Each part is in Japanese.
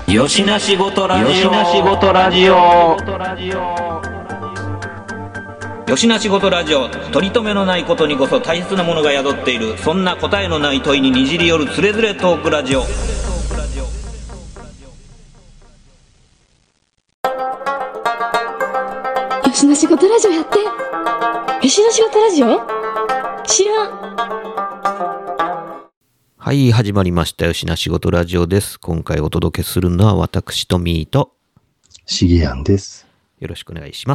よしなしごとラジオ。よしなしごとラジオ。よしなしごとラジオ。取り留めのないことにこそ大切なものが宿っている。そんな答えのない問いににじり寄るつれづれトークラジオ。 よしなしごとラジオやって。よしなしごとラジオ知らん。 はい、始まりましたよしなしごとラジオです。今回お届けするのは私とミーとしげやんです。 よろしくお願いします。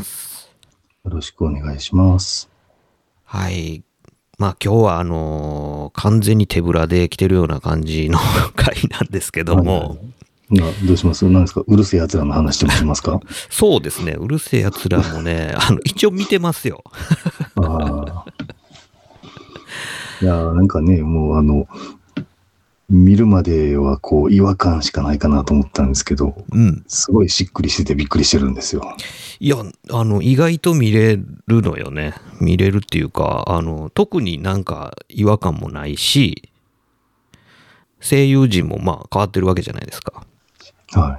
よろしくお願いします。 はい、まあ今日は完全に手ぶらで来てるような感じの回なんですけども、 どうします？何ですか？うるせえやつらの話でもしますか？ そうですね、うるせえやつらもね一応見てますよ。 ああ。いやなんかね、もう見るまではこう違和感しかないかなと思ったんですけど、すごいしっくりしててびっくりしてるんですよ。 いや意外と見れるのよね。見れるっていうか特になんか違和感もないし、声優陣もまあ変わってるわけじゃないですか。 はい。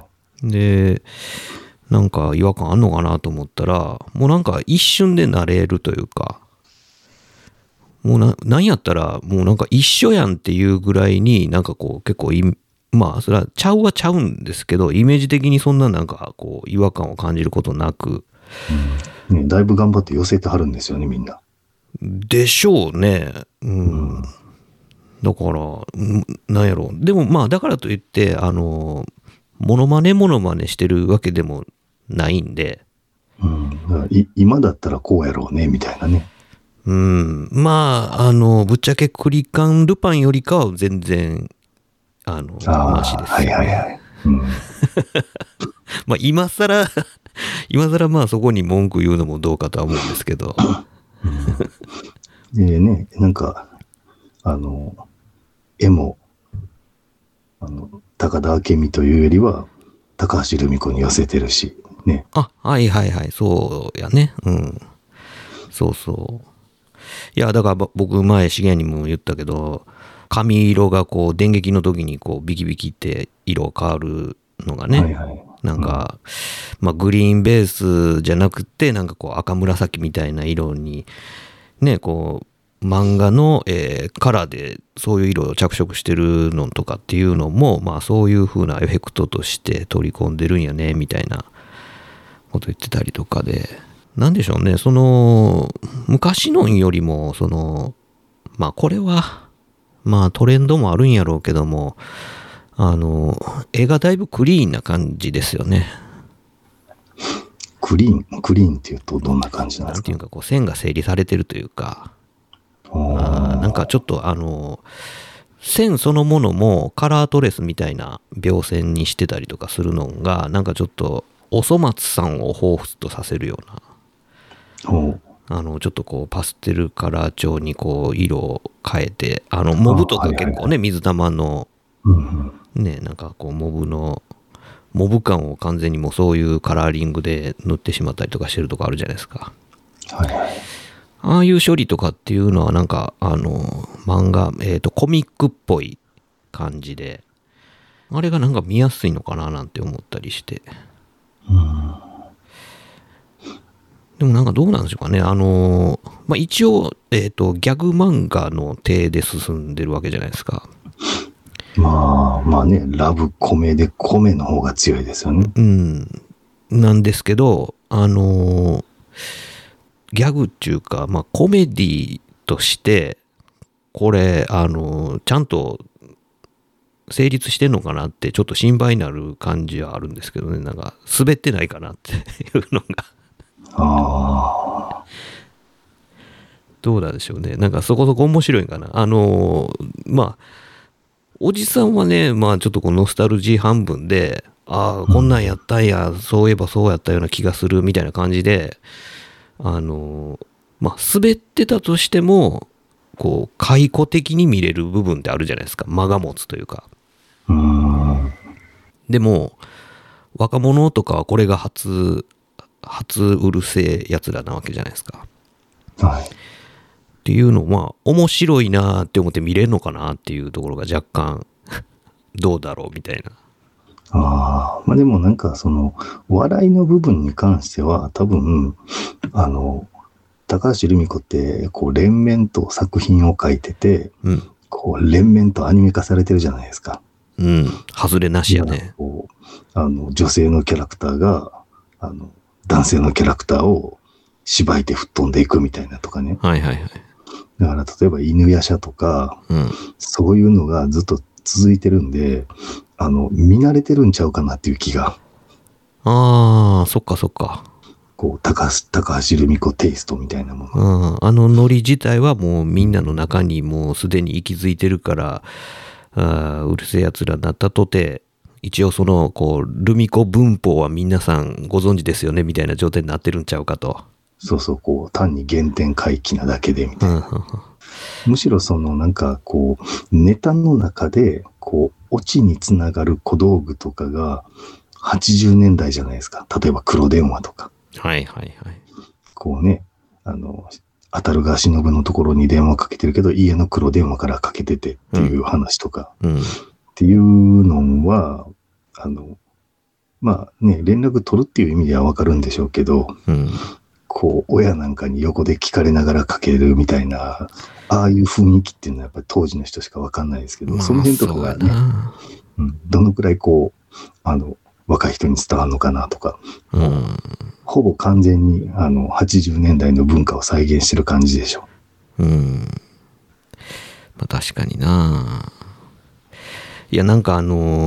でなんか違和感あんのかなと思ったら、もうなんか一瞬で慣れるというか、もうなんやったらもうなんか一緒やんっていうぐらいになんかこう結構まあそれはちゃううんですけど、イメージ的にそんななんかこう違和感を感じることなく、 ね、だいぶ頑張って寄せてはるんですよね、みんな。 でしょうね。だからなんやろう。でもまあだからといってモノマネしてるわけでもないんで、 だから今だったらこうやろうねみたいなね。 まあぶっちゃけクリカンルパンよりかは全然マシですよね。はいはいはい。まあ今更まあそこに文句言うのもどうかとは思うんですけど。 でね、なんか絵も高田明美というよりは高橋留美子に寄せてるしね。 あ、はいはいはい、そうやね。そうそう。いやだから僕前資源にも言ったけど、髪色がこう電撃の時にこうビキビキって色変わるのがね、 はいはい、 なんか、まあグリーンベースじゃなくてなんかこう赤紫みたいな色にね、こう漫画の、カラーでそういう色を着色してるのとかっていうのも、まあそういう風なエフェクトとして取り込んでるんやねみたいなこと言ってたりとかで、なんでしょうね、その昔のよりもまあこれはまあトレンドもあるんやろうけども、絵がだいぶクリーンな感じですよね。 クリーンっていうとどんな感じなんですか？ なんていうかこう線が整理されてるというか、なんかちょっと線そのものもカラートレスみたいな描線にしてたりとかするのが、なんかちょっとおそ松さんを彷彿とさせるような、ちょっとこうパステルカラー調にこう色を変えて、モブとか結構ね、水玉のね、なんかこうモブ感を完全にもうそういうカラーリングで塗ってしまったりとかしてるとこあるじゃないですか。 はいはい。 ああいう処理とかっていうのはなんか漫画コミックっぽい感じで、あれがなんか見やすいのかななんて思ったりして。でもなんかどうなんでしょうかね。まあ、一応、ギャグ漫画の体で進んでるわけじゃないですか。 まあね、ラブコメでコメの方が強いですよね。 なんですけど、ギャグっていうか、まあ、コメディとして、これ、ちゃんと成立してんのかなってちょっと心配になる感じはあるんですけどね。なんか滑ってないかなっていうのがどうなんでしょうね。なんかそこそこ面白いんかな。まあおじさんはね、まあちょっとこうノスタルジー半分で、ああこんなんやったんや、そういえばそうやったような気がするみたいな感じで、まあ滑ってたとしてもこう解雇的に見れる部分ってあるじゃないですか。間が持つというか。でも若者とかはこれが初うるせえやつらなわけじゃないですか。 はい。 っていうのをまあ面白いなって思って見れるのかなっていうところが若干どうだろうみたいな。 ああ、まあでもなんかその、笑いの部分に関しては、多分、高橋留美子って、こう、連綿と作品を書いてて、 うん。 こう、連綿とアニメ化されてるじゃないですか。 うん。外れなしやね。 こう、女性のキャラクターが、男性のキャラクターを縛いて吹っ飛んでいくみたいなとかね。 はいはいはい。 だから例えば犬夜叉とか、 うん。 そういうのがずっと続いてるんで、見慣れてるんちゃうかなっていう気が。 ああ、そっかそっか。 こう、高橋留美子テイストみたいなもの。 うん。ノリ自体はもうみんなの中にもうすでに息づいてるから、うるせえ奴らになったとて、一応その、こう、ルミ子文法は皆さんご存知ですよねみたいな状態になってるんちゃうかと。 そうそう、こう、単に原点回帰なだけでみたいな。むしろその、なんかこう、ネタの中で、こう、オチにつながる小道具とかが、80年代じゃないですか。例えば黒電話とか。 はいはいはい。 こうね、当たるが忍のところに電話かけてるけど、家の黒電話からかけててっていう話とか、っていうのは、まあね、連絡取るっていう意味ではわかるんでしょうけど、こう、親なんかに横で聞かれながらかけるみたいな、ああいう雰囲気っていうのはやっぱり当時の人しかわかんないですけど、その辺とかがね、どのくらいこう、若い人に伝わるのかなとか、ほぼ完全に80年代の文化を再現してる感じでしょ。 まあ確かにな。いやなんか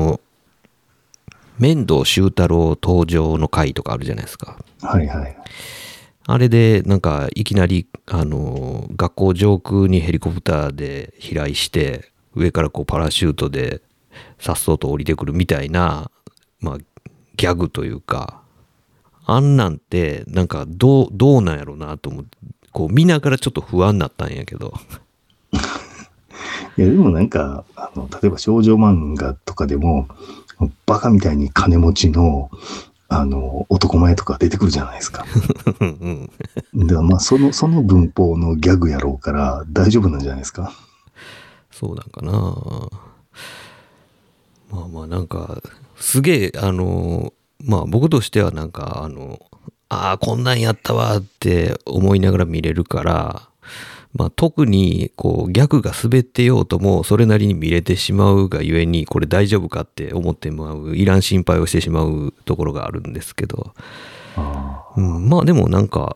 面倒修太郎登場の回とかあるじゃないですか。 はいはい。 あれでなんかいきなり学校上空にヘリコプターで飛来して上からこうパラシュートでさっそうと降りてくるみたいな、まあギャグというか、あんなんてなんかどうなんやろうなと思って、こう見ながらちょっと不安になったんやけど。 いやでもなんか例えば少女漫画とかでもバカみたいに金持ちの男前とか出てくるじゃないですか。だからまあその文法のギャグやろうから大丈夫なんじゃないですか。 そうなんかな。まあまあなんかすげえまあ僕としてはなんかああこんなんやったわって思いながら見れるから、まあ特にこうギャグが滑ってようともそれなりに見れてしまうがゆえに、これ大丈夫かって思ってまう、いらん心配をしてしまうところがあるんですけど、まあでもなんか、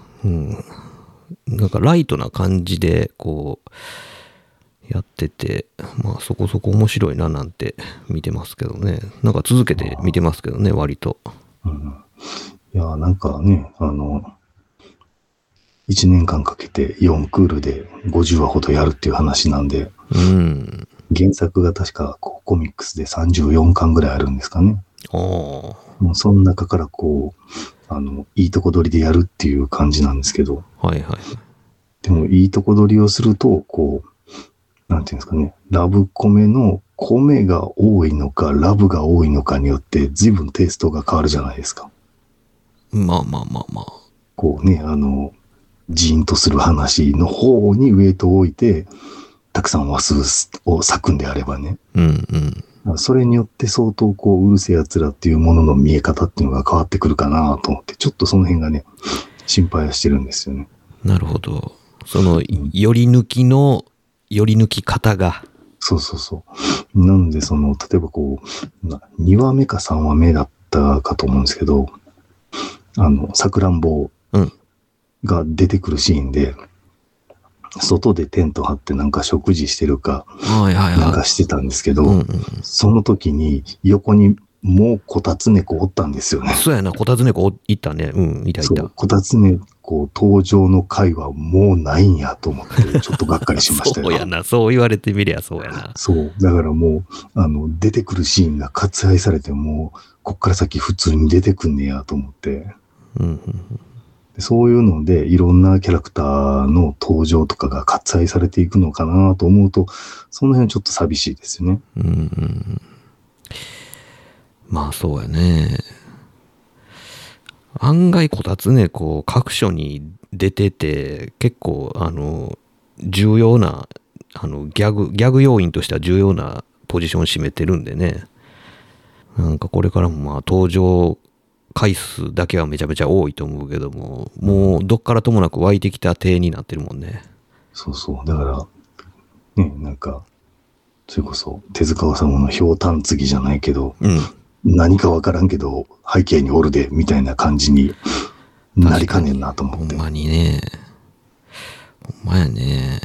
なんかライトな感じでこうやってて、まあそこそこ面白いななんて見てますけどね。なんか続けて見てますけどね、割と。 いやなんかね、1年間かけて4クールで50話ほどやるっていう話なんで、原作が確かコミックスで34巻ぐらいあるんですかね。もうその中からこういいとこ取りでやるっていう感じなんですけど、でもいいとこ取りをするとこうなんていうんですかね、ラブコメの米が多いのかラブが多いのかによって随分テイストが変わるじゃないですか。 まあまあまあまあ。 こうね、ジーンとする話の方にウェイトを置いて、たくさん話数を割くんであればね。それによって相当こう、うるせえ奴らっていうものの見え方っていうのが変わってくるかなと思って、ちょっとその辺がね、心配はしてるんですよね。 なるほど。その、寄り抜き方が。 そうそうそう。なので、例えばこう、2話目か3話目だったかと思うんですけど、さくらんぼが出てくるシーンで、外でテント張ってなんか食事してるか、なんかしてたんですけど、その時に横にもうこたつ猫おったんですよね。 そうやな、こたつ猫いたね。いたいた。 こたつ猫登場の回はもうないんやと思って、ちょっとがっかりしましたよ。 そうやな、そう言われてみりゃそうやな。 そう。だからもう、出てくるシーンが割愛されても、こっから先普通に出てくんねやと思って。そういうので、いろんなキャラクターの登場とかが割愛されていくのかなと思うと、その辺ちょっと寂しいですよね。 まあそうやね。案外こたつね、こう各所に出てて、結構重要なギャグ要員としては重要なポジションを占めてるんでね。 なんかこれからもまあ登場回数だけはめちゃめちゃ多いと思うけども、もうどっからともなく湧いてきた体になってるもんね。 そうそう。だから、ね、なんか、それこそ手塚治虫のひょうたん継ぎじゃないけど、何かわからんけど背景におるでみたいな感じになりかねんなと思って。 ほんまにね。ほんまやね。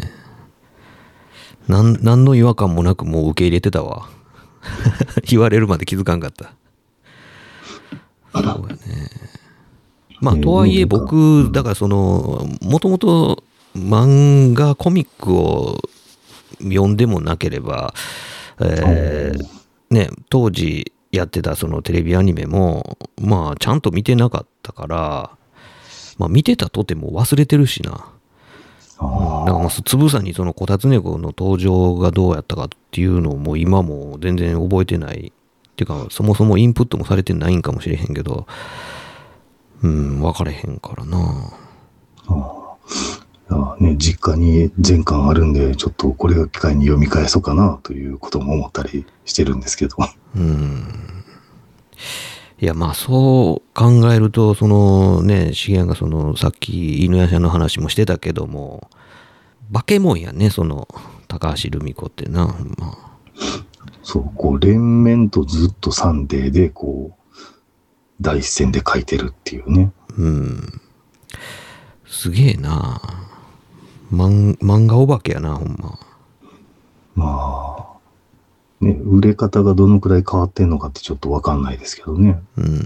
なんの違和感もなくもう受け入れてたわ。言われるまで気づかんかった。そうやね。まあ、とはいえ僕、だからもともと漫画、コミックを読んでもなければ、ね、当時やってたそのテレビアニメも、まあ、ちゃんと見てなかったから、まあ、見てたとても忘れてるしな。だからまあつぶさにそのこたつ猫の登場がどうやったかっていうのも今も全然覚えてないっていうか、そもそもインプットもされてないんかもしれへんけど、分かれへんからな。 ね、実家に全巻あるんで、ちょっとこれを機会に読み返そうかなということも思ったりしてるんですけど。 いや、まあそう考えると、そのね、シゲアンがさっき犬夜叉の話もしてたけども、化け物やね、高橋留美子ってな。まあ、 そう、こう連綿とずっとサンデーでこう第一線で書いてるっていうね。 すげえな。漫画お化けやな、ほんま。 まあね、売れ方がどのくらい変わってんのかってちょっとわかんないですけどね。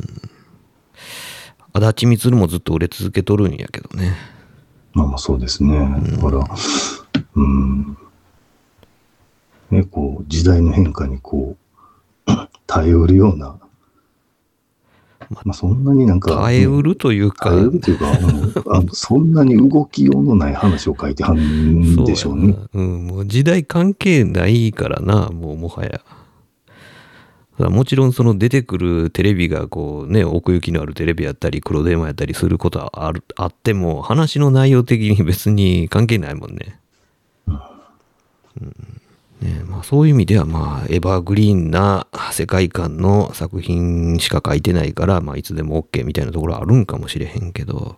足立光もずっと売れ続けとるんやけどね。 まあそうですね。だから、ね、こう時代の変化にこう耐えうるような、まあそんなになんか、 耐えうるというか、 そんなに動きようのない話を書いてはんでしょうね。 もう時代関係ないからな、もはや。もちろん出てくるテレビがこうね、奥行きのあるテレビやったり黒電話やったりすることはあっても、話の内容的に別に関係ないもんね。ね、まあ、そういう意味ではまあエバーグリーンな世界観の作品しか書いてないから、まあ、いつでも OK みたいなところはあるんかもしれへんけど、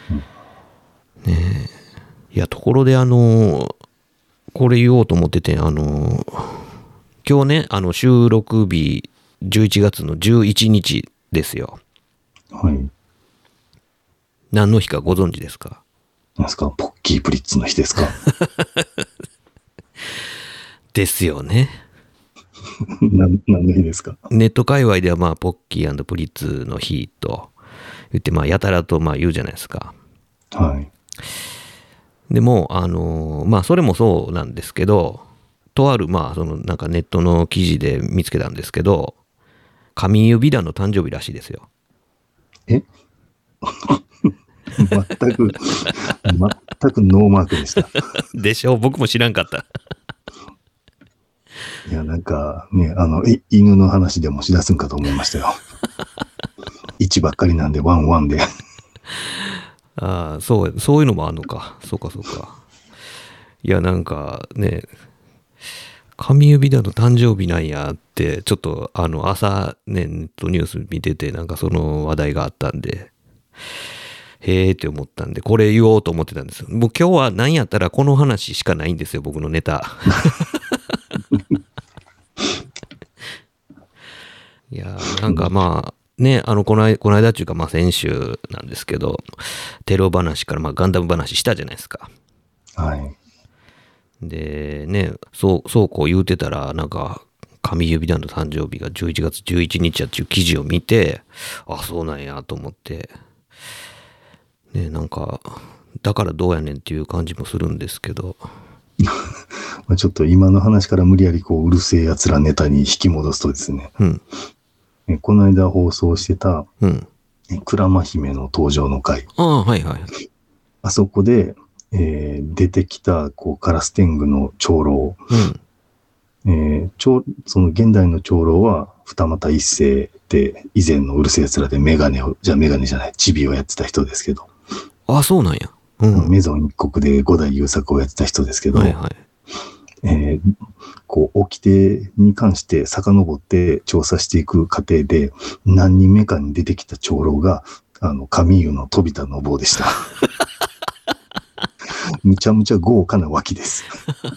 ねえ、いやところでこれ言おうと思ってて、今日ね収録日11月の11日ですよ。 はい。 何の日かご存知ですか？ 何ですか？ポッキープリッツの日ですか？ ですよね。 何の日ですか？ ネット界隈ではまあポッキー&プリッツの日と言って、まあやたらとまあ言うじゃないですか。 はい。 でもまあそれもそうなんですけど、とあるまあなんかネットの記事で見つけたんですけど、神湯美談の誕生日らしいですよ。 全くノーマークでした。 でしょ？僕も知らんかった。 いや、なんかね、犬の話でもしだすんかと思いましたよ。1ばっかりなんで、ワンワンで。 ああ、そういうのもあんのか。そうか。いや、なんかね、神指だの誕生日なんやって、ちょっと朝ね、ネットニュース見てて、なんかその話題があったんで、へーって思ったんで、これ言おうと思ってたんですよ。もう今日は何やったらこの話しかないんですよ、僕のネタ。いやなんかまあね、この間っていうかまあ先週なんですけど、テロ話からまあガンダム話したじゃないですか。 はい。 でね、そうこう言うてたら、なんか神指団の誕生日が11月11日やっていう記事を見て、あ、そうなんやと思ってね、なんかだからどうやねんっていう感じもするんですけど。 ちょっと今の話から無理やりこううるせえやつらネタに引き戻すとですね、この間放送してた、クラマ姫の登場の回、あそこで、出てきたこうカラス天狗の長老、その現代の長老は二俣一世で、以前のうるせえやつらでメガネじゃないチビをやってた人ですけど、 あ、そうなんや。 メゾン一国で五代優作をやってた人ですけど、 こう、掟に関して遡って調査していく過程で、何人目かに出てきた長老が、上湯の飛田信夫でした。むちゃむちゃ豪華な脇です。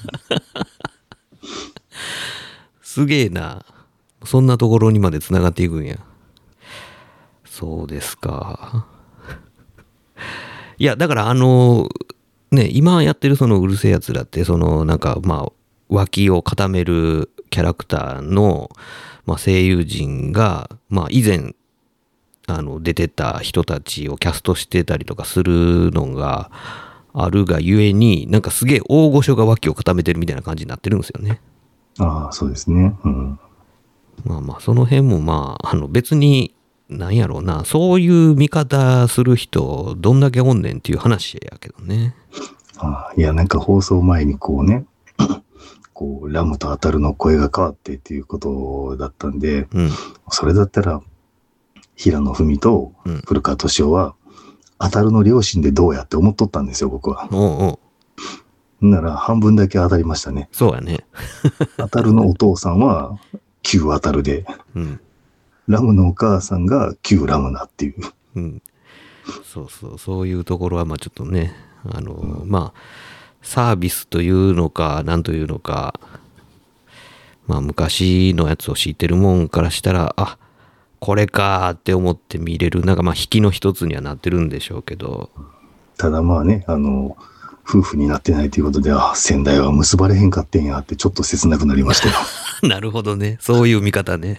すげえな。そんなところにまで繋がっていくんや。そうですか。いや、だからね、今やってるそのうるせえやつらって、そのなんかまあ、脇を固めるキャラクターの、まあ、声優陣が、まあ以前、出てた人たちをキャストしてたりとかするのがあるがゆえに、なんかすげえ大御所が脇を固めてるみたいな感じになってるんですよね。 ああ、そうですね。うん。 まあまあ、その辺もまあ、別に、なんやろうな、そういう見方する人、どんだけおんねんっていう話やけどね。 ああ、いや、なんか放送前にこうね、こう、ラムとアタルの声が変わってっていうことだったんで、 うん、 それだったら、平野文と古川敏夫は、アタルの両親でどうやって思っとったんですよ、僕は。 おうおうなら、半分だけ当たりましたね。 そうやね。 アタルのお父さんは、旧アタルで、 うん、 ラムのお母さんが旧ラムナっていう。 うん。そうそう、そういうところは、まあちょっとね、まあ、サービスというのか、なんというのか、まあ昔のやつを知ってるもんからしたら、あ、これかーって思って見れる、なんかまあ引きの一つにはなってるんでしょうけど。 ただまあね、夫婦になってないということで、あ、先代は結ばれへんかってんやってちょっと切なくなりましたよ。 なるほどね。そういう見方ね。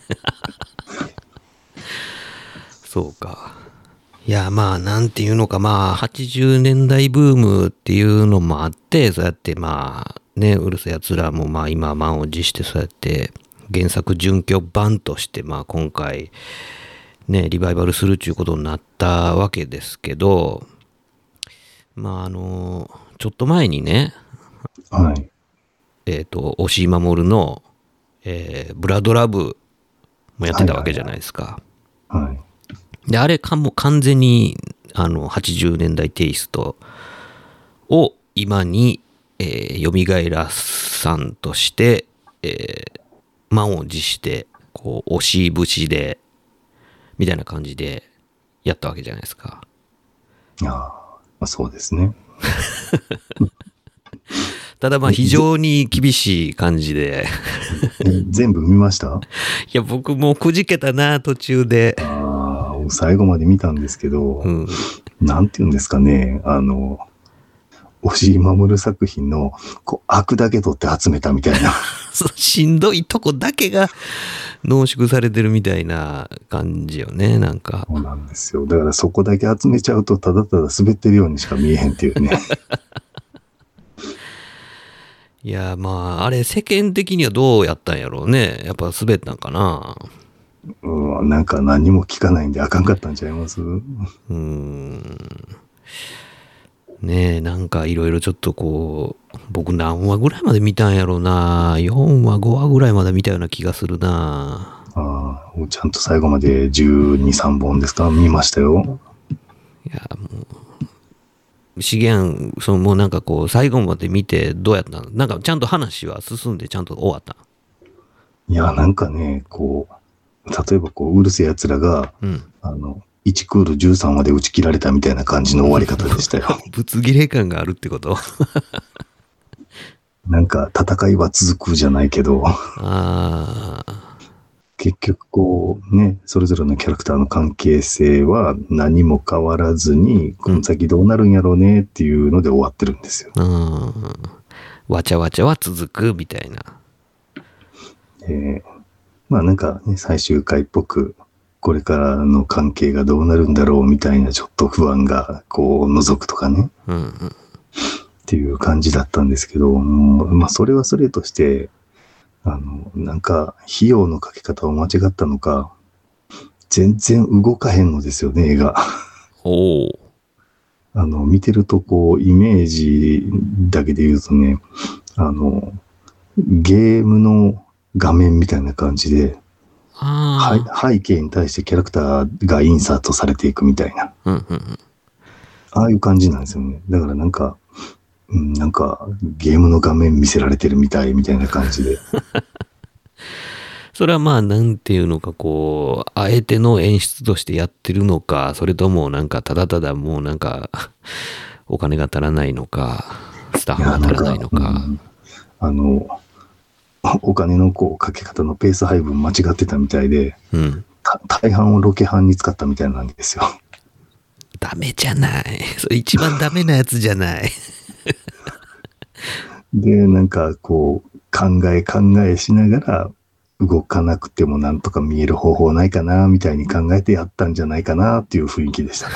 そうか。いや、まあ、なんていうのか、まあ、80年代ブームっていうのもあって、そうやってまあ、ね、うるせえやつらもまあ今満を持してそうやって原作準拠版としてまあ今回ね、リバイバルするっていうことになったわけですけど、まあちょっと前にね、 はい。 押井守の、ブラドラブもやってたわけじゃないですか。 はい。 で、あれかも完全に80年代テイストを今に、蘇らさんとして、満を持してこう押し節でみたいな感じでやったわけじゃないですか。 ああ、まあ、そうですね。 ただまあ非常に厳しい感じで全部見ました？ いや僕もうくじけたな途中で。 ああ、最後まで見たんですけど、 うん、 なんていうんですかね、押井守作品のこう悪だけ取って集めたみたいなしんどいとこだけが濃縮されてるみたいな感じよね、なんか。 そうなんですよ。だからそこだけ集めちゃうとただただ滑ってるようにしか見えへんっていうね。 いやまああれ世間的にはどうやったんやろうね。やっぱ滑ったんかな。 なんか何も聞かないんであかんかったんちゃいます？ ねえ、なんかいろいろちょっとこう、僕何話ぐらいまで見たんやろうな。4話、5話ぐらいまで見たような気がするな。 ああ、ちゃんと最後まで12、3本ですか？見ましたよ。 いや、もう、資源、もうなんかこう、最後まで見てどうやったの？なんかちゃんと話は進んでちゃんと終わった？ いや、なんかね、こう、例えばこう、うるせえ奴らが、1クール13話で打ち切られたみたいな感じの終わり方でしたよ。 ぶつ切れ感があるってことなんか、戦いは続くじゃないけど、結局こう、ね、それぞれのキャラクターの関係性は何も変わらずに、この先どうなるんやろうねっていうので終わってるんですよ。 わちゃわちゃは続くみたいな。 まあなんかね、最終回っぽく、これからの関係がどうなるんだろうみたいなちょっと不安がこう覗くとかね、っていう感じだったんですけど、まあそれはそれとして、なんか費用のかけ方を間違ったのか、全然動かへんのですよね、絵が。見てるとこう、イメージだけで言うとね、ゲームの画面みたいな感じで、背景に対してキャラクターがインサートされていくみたいな。ああいう感じなんですよね。だからなんか、 なんかゲームの画面見せられてるみたいな感じで。 それはまあなんていうのかこう、あえての演出としてやってるのか、それともなんかただただもうなんかお金が足らないのか、スタッフが足らないのか。 お金のこうかけ方のペース配分間違ってたみたいで、 うん、 大半をロケ班に使ったみたいなんですよ。 ダメじゃない。それ一番ダメなやつじゃない。 で、なんかこう考えしながら動かなくてもなんとか見える方法ないかなみたいに考えてやったんじゃないかなっていう雰囲気でした。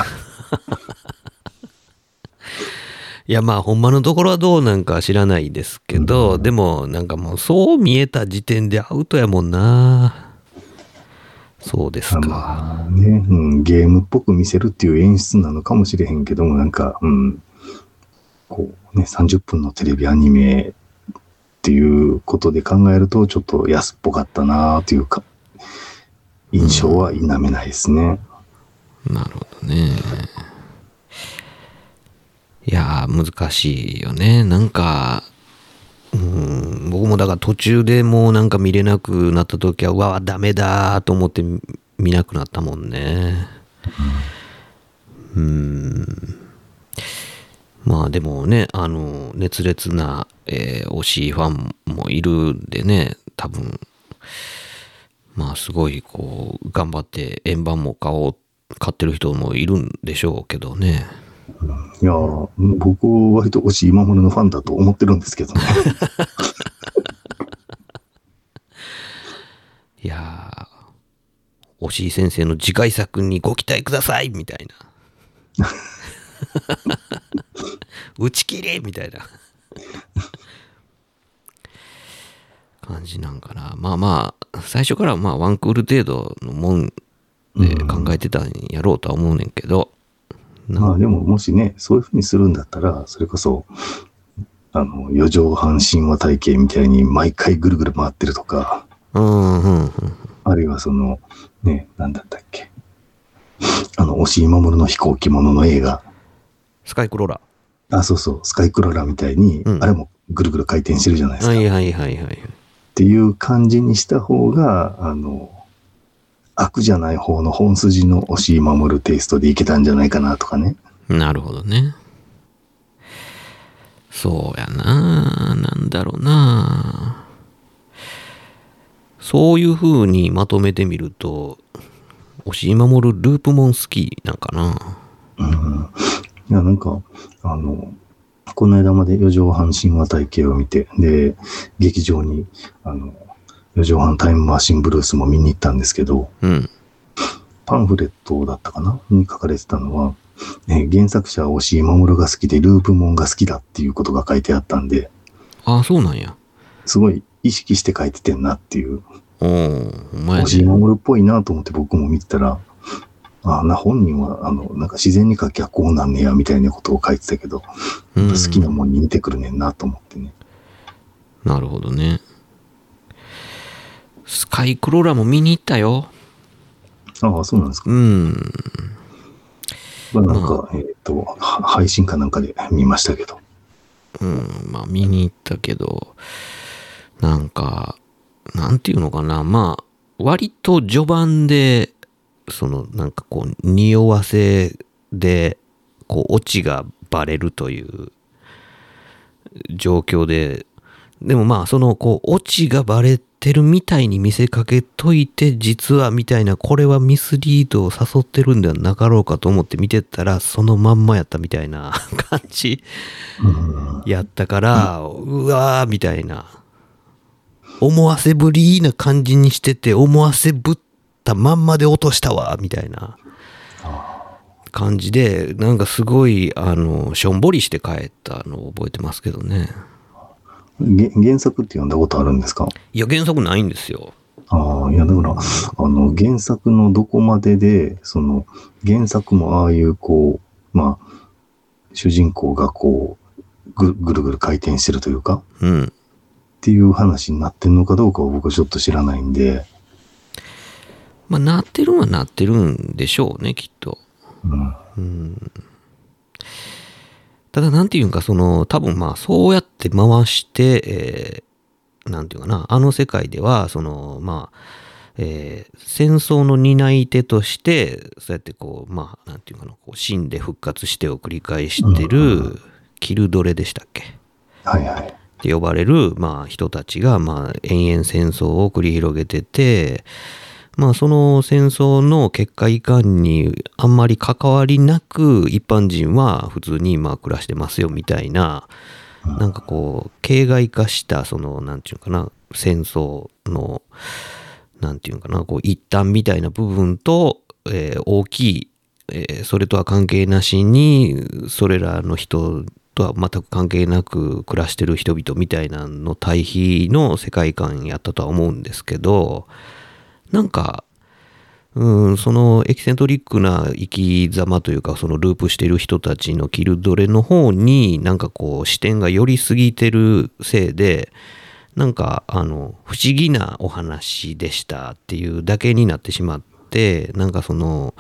いやまあほんまのところはどうなんか知らないですけど、でもなんかもうそう見えた時点でアウトやもんな。そうですか。 まあね、ゲームっぽく見せるっていう演出なのかもしれへんけども、なんか、こうね、30分のテレビアニメっていうことで考えると、ちょっと安っぽかったなというか、印象は否めないですね。 なるほどね。いやー難しいよね。なんか、僕もだから途中でもうなんか見れなくなった時は、うわダメだと思って見なくなったもんね。まあでもね、熱烈な、推しファンもいるんでね、多分まあすごいこう頑張って円盤も買ってる人もいるんでしょうけどね。 いや僕は割と推し今村のファンだと思ってるんですけどね。 いやー、推し先生の次回作にご期待くださいみたいな。打ち切りみたいな感じなんかな。まあまあ最初からまあワンクール程度のもんで考えてたんやろうとは思うねんけど、 まあでももしねそういうふうにするんだったら、それこそ四畳半神話体系みたいに毎回ぐるぐる回ってるとか、あるいはそのね、なんだったっけ、押井守の飛行機ものの映画スカイクローラー、そうそう、スカイクローラーみたいに、あれもぐるぐる回転してるじゃないですか。っていう感じにした方が悪じゃない方の本筋の押井守テイストでいけたんじゃないかなとかね。 なるほどね。そうやな、なんだろうな。そういう風にまとめてみると、押井守ループもん好きなんかな。 いや、なんか、この間まで四畳半神話体系を見て、で、劇場に、四畳半タイムマシンブルースも見に行ったんですけど、パンフレットだったかなに書かれてたのは、原作者は押井守が好きでループもんが好きだっていうことが書いてあったんで、 ああ、そうなんや。 すごい意識して書いててんなっていう。 押井守っぽいなと思って僕も見てたら、本人はなんか自然に書きゃこうなんねやみたいなことを書いてたけど、好きなもんに似てくるねんなと思ってね。 なるほどね。スカイクローラーも見に行ったよ。 ああ、そうなんですか。なんか、配信かなんかで見ましたけど。 まあ見に行ったけど、なんか、なんていうのかな、まあ、割と序盤で、なんかこう、匂わせで、こう、オチがバレるという状況で、でもまあ、こう、オチがバレてるみたいに見せかけといて、実はみたいな、これはミスリードを誘ってるんではなかろうかと思って見てたら、そのまんまやったみたいな感じやったから、うわーみたいな。思わせぶりな感じにしてて、思わせぶったまんまで落としたわみたいな感じで、なんかすごいしょんぼりして帰ったのを覚えてますけどね。 原作って読んだことあるんですか？ いや、原作ないんですよ。 いやだから原作のどこまでで原作もああいうこうまあ主人公がこうぐるぐる回転してるというか、っていう話になってんのかどうかは僕はちょっと知らないんで。 まあなってるんはなってるんでしょうね、きっと。たただなんていうか、多分まあそうやって回して、なんていうかな、あの世界では、まあ、戦争の担い手として、そうやってこう、まあ、なんていうかな、こう死んで復活してを繰り返してる、キルドレでしたっけ？ はいはい。 って呼ばれる、まあ、人たちが、まあ、延々戦争を繰り広げてて、まあ、その戦争の結果いかんにあんまり関わりなく、一般人は普通にまあ暮らしてますよみたいな、なんかこう、形骸化した、なんていうかな、戦争の、なんていうかな、こう、一端みたいな部分と、大きい、それとは関係なしに、それらの人とは全く関係なく暮らしてる人々みたいなの対比の世界観やったとは思うんですけど、なんか、そのエキセントリックな生き様というか、そのループしている人たちのキルドレの方になんかこう視点が寄りすぎてるせいで、なんか不思議なお話でしたっていうだけになってしまって、なんか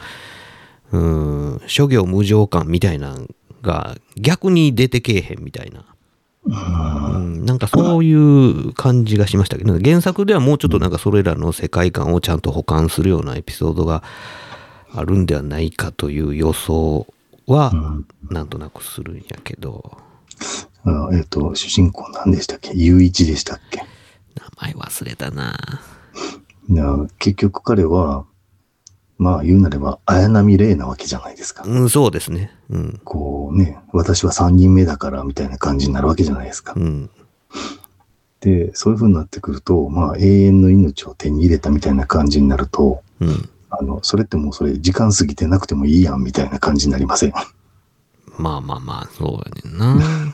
諸行無常感みたいなのが逆に出てけえへんみたいな。なんかそういう感じがしましたけど、原作ではもうちょっとなんかそれらの世界観をちゃんと補完するようなエピソードがあるんではないかという予想はなんとなくするんやけど、 主人公何でしたっけ？雄一でしたっけ？ 名前忘れたな。 結局彼はまあ言うなれば綾波レイなわけじゃないですか。 そうですね。 こうね、私は3人目だからみたいな感じになるわけじゃないですか。で、そういう風になってくると、まあ永遠の命を手に入れたみたいな感じになると、それってもうそれ時間過ぎてなくてもいいやんみたいな感じになりません？ まあまあまあ、そうやねんな。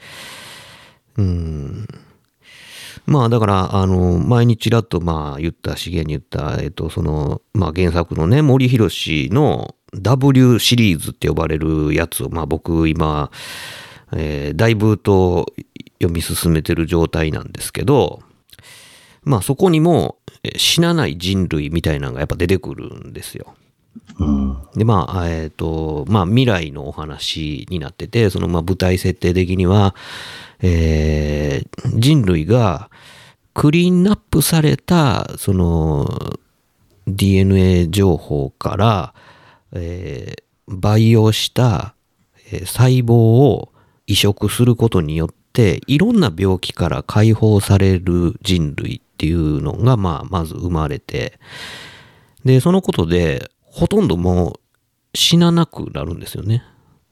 まあだから、前にちらっとまあ言った、資源に言った、まあ原作のね、森博の W シリーズって呼ばれるやつを、まあ僕今、だいぶと読み進めてる状態なんですけど、まあそこにも死なない人類みたいなのがやっぱ出てくるんですよ。でまあまあ未来のお話になってて、まあ舞台設定的には、人類がクリーンナップされたDNA 情報から、培養した細胞を移植することによっていろんな病気から解放される人類っていうのがまず生まれて、でそのことでほとんどもう死ななくなるんですよね。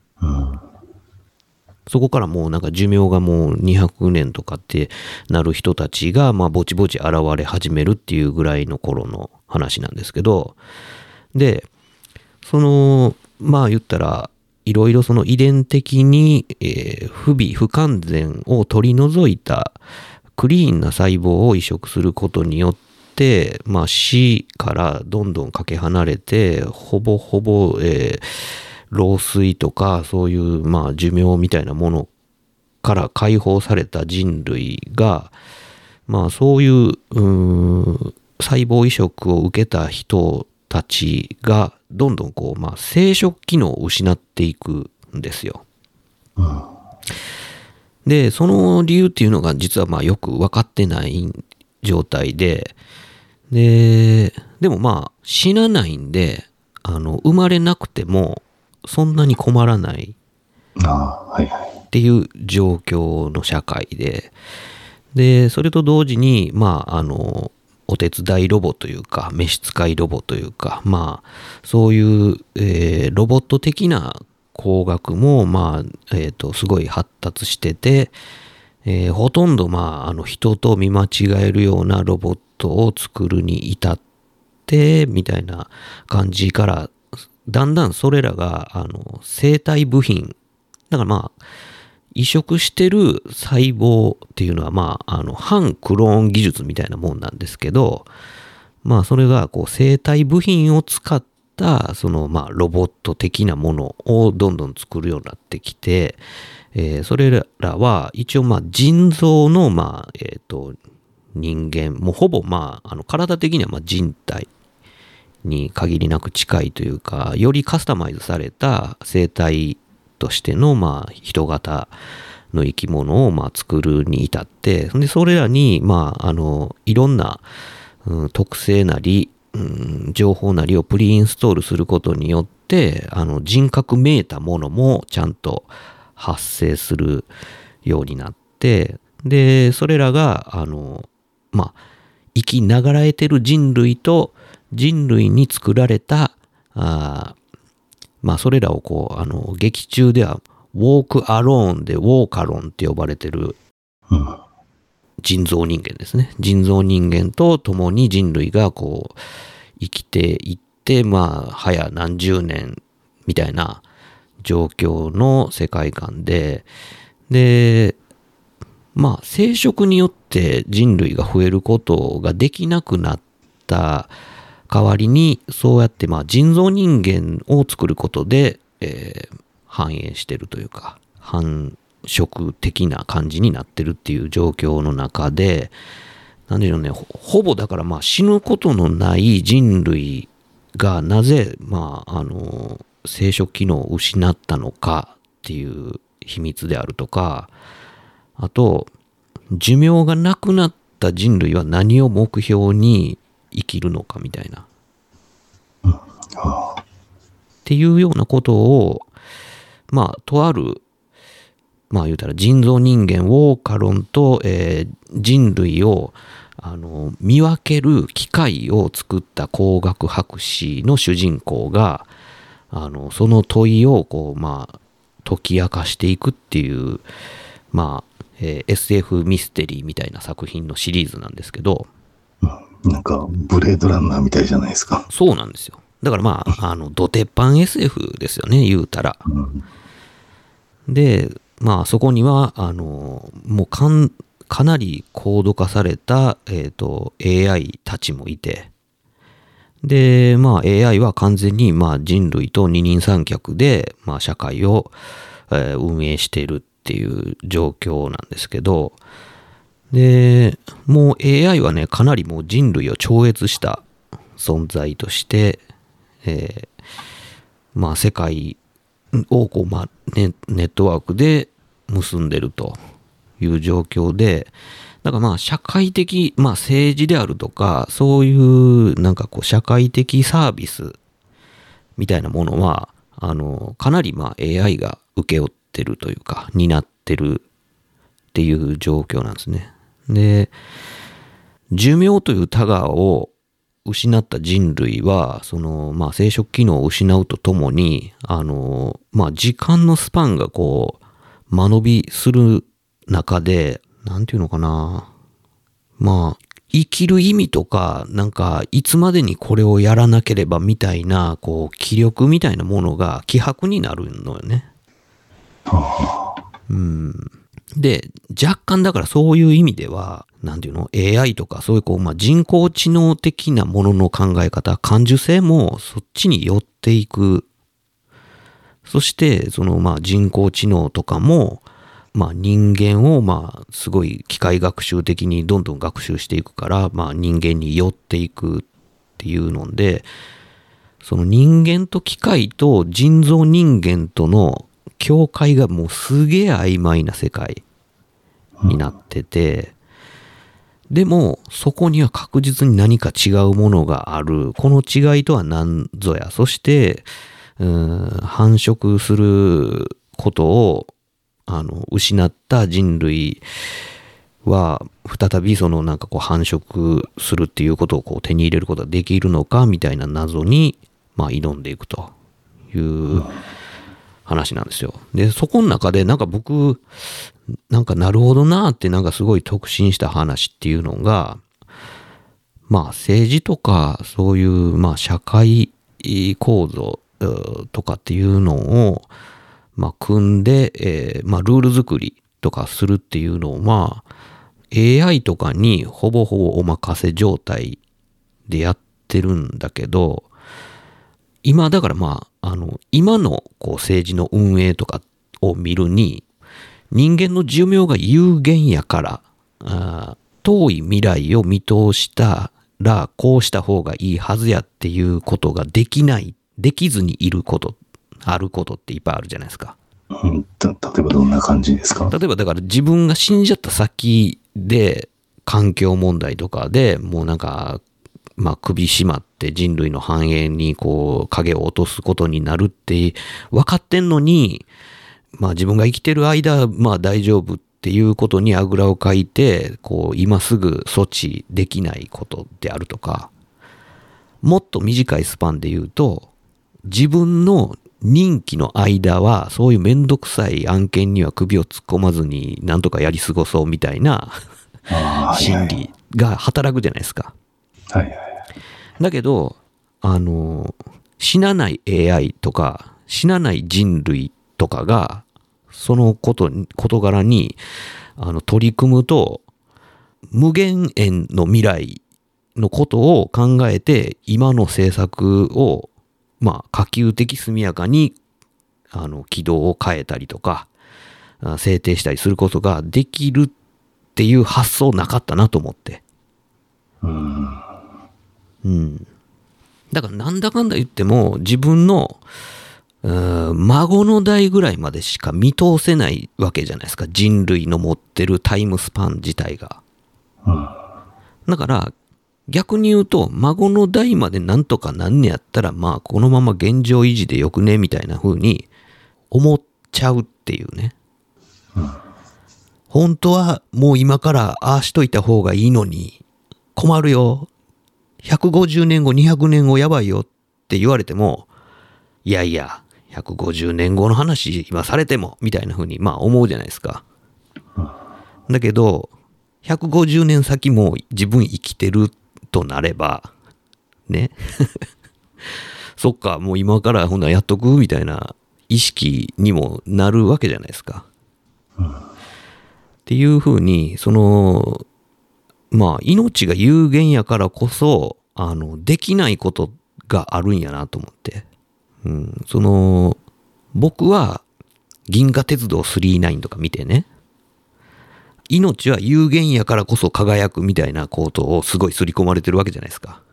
そこからもうなんか寿命がもう200年とかってなる人たちがまあぼちぼち現れ始めるっていうぐらいの頃の話なんですけど、でまあ言ったらいろいろ遺伝的に、不完全を取り除いたクリーンな細胞を移植することによってまあ死からどんどんかけ離れてほぼほぼ、老衰とかそういうまあ寿命みたいなものから解放された人類がまあそういう細胞移植を受けた人たちがどんどんこうまあ生殖機能を失っていくんですよ。でその理由っていうのが実はまあよく分かってない状態で、でもまあ死なないんで生まれなくてもそんなに困らないっていう状況の社会で、それと同時にまあお手伝いロボというか召使いロボというかまあそういう、ロボット的な工学もまあすごい発達してて、ほとんどまあ人と見間違えるようなロボットを作るに至ってみたいな感じからだんだんそれらが生体部品だからまあ移植してる細胞っていうのはまあ反クローン技術みたいなもんなんですけど、まあそれがこう生体部品を使ったまあロボット的なものをどんどん作るようになってきて、それらは一応まあ腎臓のまあ人間もうほぼまあ体的にはまあ人体に限りなく近いというか、よりカスタマイズされた生体としての、まあ、人型の生き物を、まあ、作るに至って、で、それらに、まあ、いろんな、特性なり、情報なりをプリインストールすることによって、人格めいたものもちゃんと発生するようになって、で、それらが、まあ、生きながらえてる人類と人類に作られた、まあ、それらをこう、劇中では、ウォークアローンでウォーカロンって呼ばれてる人造人間ですね。人造人間と共に人類がこう、生きていって、まあ、早何十年みたいな状況の世界観で、で、まあ、生殖によって人類が増えることができなくなった代わりに、そうやってまあ人造人間を作ることで、繁栄してるというか、繁殖的な感じになってるっていう状況の中で、なんでしょうね、ほぼだからまあ死ぬことのない人類がなぜ、まあ、生殖機能を失ったのかっていう秘密であるとか、あと、寿命がなくなった人類は何を目標に生きるのかみたいな。っていうようなことを、まあ、とある、まあ言うたら人造人間ウォーカロンと、人類を見分ける機械を作った工学博士の主人公が、その問いをこう、まあ、解き明かしていくっていう、まあ、SF ミステリーみたいな作品のシリーズなんですけど、 なんかブレードランナーみたいじゃないですか。 そうなんですよ。だからまあ、ド鉄板 SF ですよね、言うたら。で、まあそこには、もうかなり高度化された、AI たちもいて、で、まあ AI は完全にまあ人類と二人三脚で、まあ社会を、運営しているっていう状況なんですけど、で、もう AI はね、かなりもう人類を超越した存在として、まあ世界をこう、まあネットワークで結んでるという状況で、だからまあ社会的、まあ政治であるとか、そういうなんかこう社会的サービスみたいなものは、かなりまあ AI が請け負ってるというか、担ってるっていう状況なんですね。で、寿命というタガを失った人類は、その、まあ、生殖機能を失うとともに、まあ、時間のスパンがこう、間延びする中で、なんていうのかな。まあ、生きる意味とか、なんか、いつまでにこれをやらなければみたいな、こう、気力みたいなものが希薄になるのよね。で、若干だからそういう意味では、なんていうの ?AI とかそういうこう、まあ、人工知能的なものの考え方、感受性もそっちに寄っていく。そして、そのまあ人工知能とかも、まあ人間をまあすごい機械学習的にどんどん学習していくから、まあ人間に寄っていくっていうので、その人間と機械と人造人間との境界がもうすげえ曖昧な世界になってて、でもそこには確実に何か違うものがある。この違いとは何ぞや。そして繁殖することを失った人類は再びそのなんかこう繁殖するっていうことをこう手に入れることができるのかみたいな謎にまあ挑んでいくという話なんですよ。で、そこの中でなんか僕なんかなるほどなってなんかすごい特進した話っていうのが、まあ政治とかそういうまあ社会構造とかっていうのをまあ組んで、まあルール作りとかするっていうのをまあ AI とかにほぼほぼお任せ状態でやってるんだけど、今だからまあ今のこう政治の運営とかを見るに、人間の寿命が有限やから遠い未来を見通したらこうした方がいいはずやっていうことができずにいること、あることっていっぱいあるじゃないですか。 例えばどんな感じですか？ 例えばだから自分が死んじゃった先で環境問題とかでもうなんか、まあ首絞まって人類の繁栄にこう影を落とすことになるって分かってんのに、まあ自分が生きてる間、まあ大丈夫っていうことにあぐらをかいて、こう今すぐ措置できないことであるとか、もっと短いスパンで言うと、自分の任期の間はそういうめんどくさい案件には首を突っ込まずになんとかやり過ごそうみたいな心理が働くじゃないですか。 はいはい。 だけど、死なない AI とか死なない人類とかがその事柄に取り組むと、無限遠の未来のことを考えて今の政策をまあ可及的速やかに軌道を変えたりとか制定したりすることができるっていう発想なかったなと思って。だからなんだかんだ言っても自分の孫の代ぐらいまでしか見通せないわけじゃないですか、人類の持ってるタイムスパン自体が。だから逆に言うと孫の代までなんとかなんねやったら、まあこのまま現状維持でよくねみたいな風に思っちゃうっていうね。本当はもう今からああしといた方がいいのに困るよ、150年後200年後やばいよって言われても、いやいや150年後の話今されてもみたいな風にまあ思うじゃないですか。だけど150年先も自分生きてるとなればねそっか、もう今からほんならやっとくみたいな意識にもなるわけじゃないですか。っていう風にまあ命が有限やからこそできないことがあるんやなと思って、僕は銀河鉄道999とか見てね、命は有限やからこそ輝くみたいなことをすごい刷り込まれてるわけじゃないですか。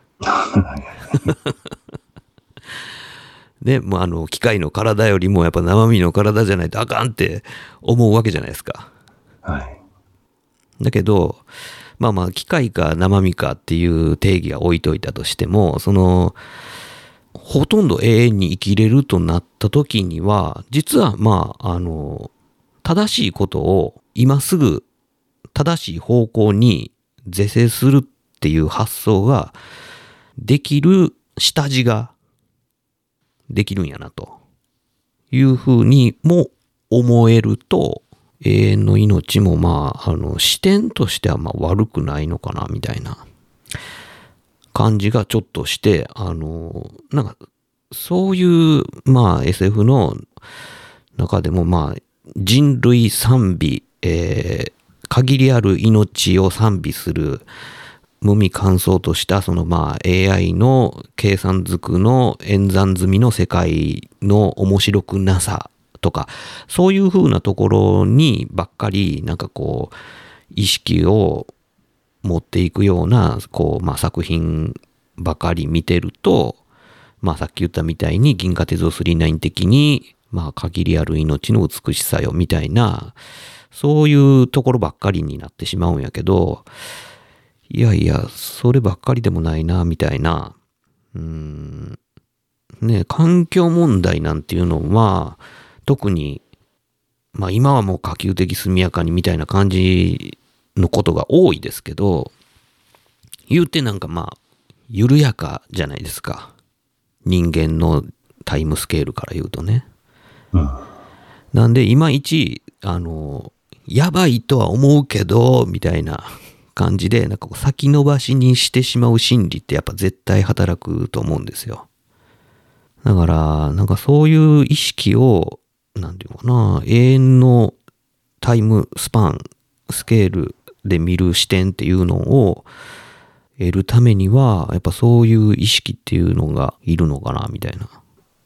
で、もう機械の体よりもやっぱ生身の体じゃないとあかんって思うわけじゃないですか。 はい。 だけど、まあ機械か生身かっていう定義は置いといたとしても、ほとんど永遠に生きれるとなった時には、実はまあ正しいことを今すぐ正しい方向に是正するっていう発想ができる下地ができるんやなというふうにも思えると、永遠の命もまあ視点としてはまあ悪くないのかなみたいな感じがちょっとして、なんかそういうまあ SF の中でもまあ人類賛美、限りある命を賛美する無味乾燥としたまあ AI の計算づくの演算済みの世界の面白くなさとか、そういう風なところにばっかりなんかこう意識を持っていくようなまあ作品ばかり見てると、まあさっき言ったみたいに銀河鉄道999的にまあ限りある命の美しさよみたいな、そういうところばっかりになってしまうんやけど、いやいやそればっかりでもないなみたいな、ね、環境問題なんていうのは特にまあ今はもう可及的速やかにみたいな感じのことが多いですけど、言うてなんかまあ緩やかじゃないですか、人間のタイムスケールから言うとね。なんでいまいちやばいとは思うけどみたいな感じでなんか先延ばしにしてしまう心理ってやっぱ絶対働くと思うんですよ。だからなんかそういう意識をなんていうかな、永遠のタイムスパンスケールで見る視点っていうのを得るためにはやっぱそういう意識っていうのがいるのかなみたいな。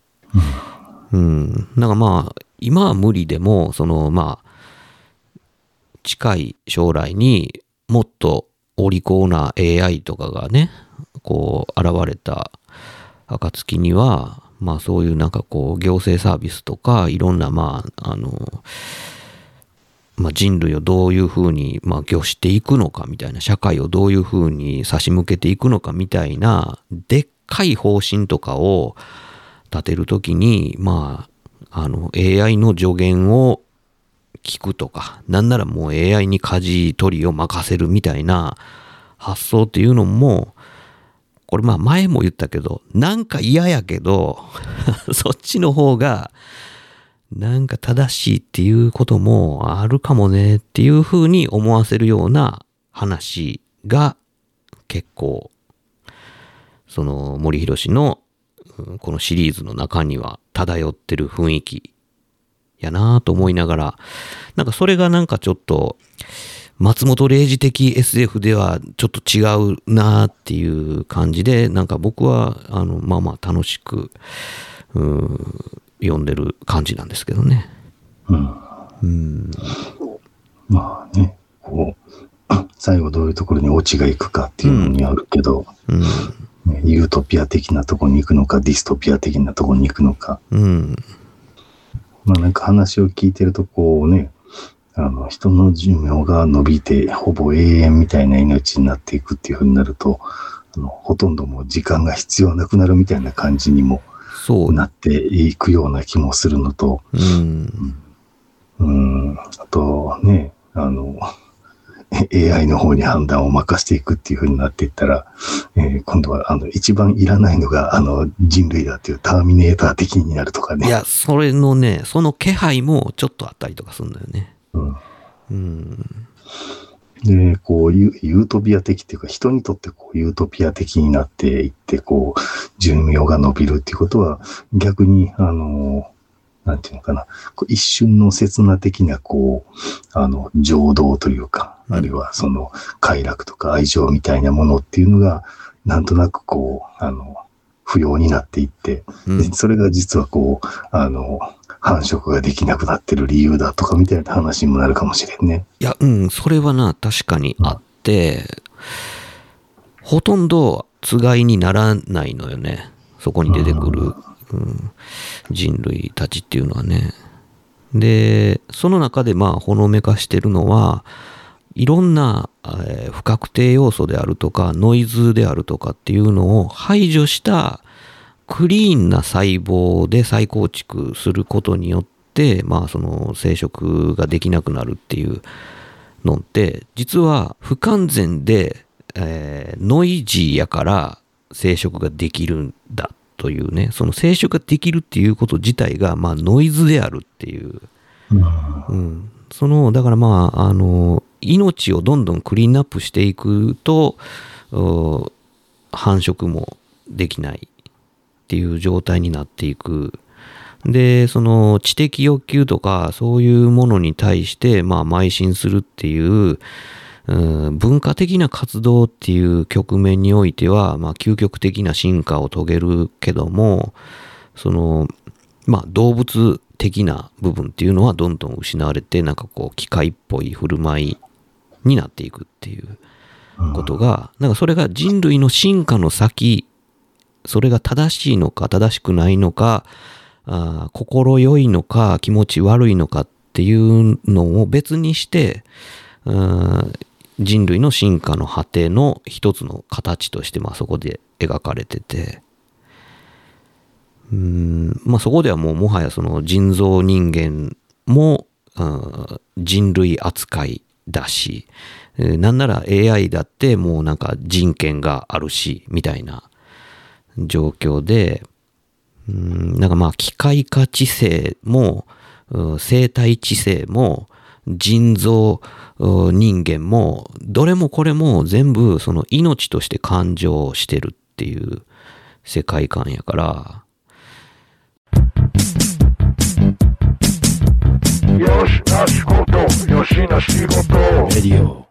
なんかまあ今は無理でもまあ近い将来にもっとお利口な AI とかがねこう現れた暁にはまあそういうなんかこう行政サービスとかいろんなまあ人類をどういうふうにまあ御していくのかみたいな、社会をどういうふうに差し向けていくのかみたいなでっかい方針とかを立てるときに、まあAI の助言を聞くとか、なんならもう AI に舵取りを任せるみたいな発想っていうのも、これまあ前も言ったけど、なんか嫌やけどそっちの方がなんか正しいっていうこともあるかもねっていうふうに思わせるような話が結構その森博のこのシリーズの中には漂ってる雰囲気やなと思いながら、なんかそれがなんかちょっと松本零士的 SF ではちょっと違うなっていう感じで、なんか僕はまあまあ楽しく読んでる感じなんですけどね。 まあね、こう最後どういうところにオチがいくかっていうのにあるけど、ユートピア的なところに行くのかディストピア的なところに行くのか、まあなんか話を聞いてるとこうね、人の寿命が伸びてほぼ永遠みたいな命になっていくっていう風になると、ほとんどもう時間が必要なくなるみたいな感じにもなっていくような気もするのと、あとね、AI の方に判断を任せていくっていう風になっていったら、今度は一番いらないのが人類だっていうターミネーター的になるとかね。 いや、それのね、その気配もちょっとあったりとかするんだよね。 で、こうユートピア的っていうか、人にとってこうユートピア的になっていって、こう寿命が伸びるっていうことは、逆になんていうのかな、一瞬の刹那的なこう情動というか、あるいはその快楽とか愛情みたいなものっていうのがなんとなくこう不要になっていって、それが実はこう繁殖ができなくなってる理由だとかみたいな話にもなるかもしれんね。 いや、それはな、確かにあって、ほとんどつがいにならないのよね。そこに出てくる、人類たちっていうのはね。で、その中でまあほのめかしてるのは、いろんな、不確定要素であるとか、ノイズであるとかっていうのを排除したクリーンな細胞で再構築することによって、まあその生殖ができなくなるっていうのって、実は不完全で、ノイジーやから生殖ができるんだというね、その生殖ができるっていうこと自体が、まあノイズであるっていう。だからまあ、命をどんどんクリーンアップしていくと、繁殖もできないっていう状態になっていく。で、その知的欲求とかそういうものに対してまあ邁進するっていう、文化的な活動っていう局面においてはまあ究極的な進化を遂げるけども、そのまあ動物的な部分っていうのはどんどん失われて、なんかこう機械っぽい振る舞いになっていくっていうことが、なんかそれが人類の進化の先、それが正しいのか正しくないのか、心よいのか気持ち悪いのかっていうのを別にして、人類の進化の果ての一つの形としてまあそこで描かれてて、まあそこではもうもはやその人造人間も人類扱いだし、なんなら AI だってもうなんか人権があるしみたいな状況で、なんかまあ機械化知性も生態知性も人造人間もどれもこれも全部その命として感情してるっていう世界観やから、よしな仕事、よしな仕事レディオ。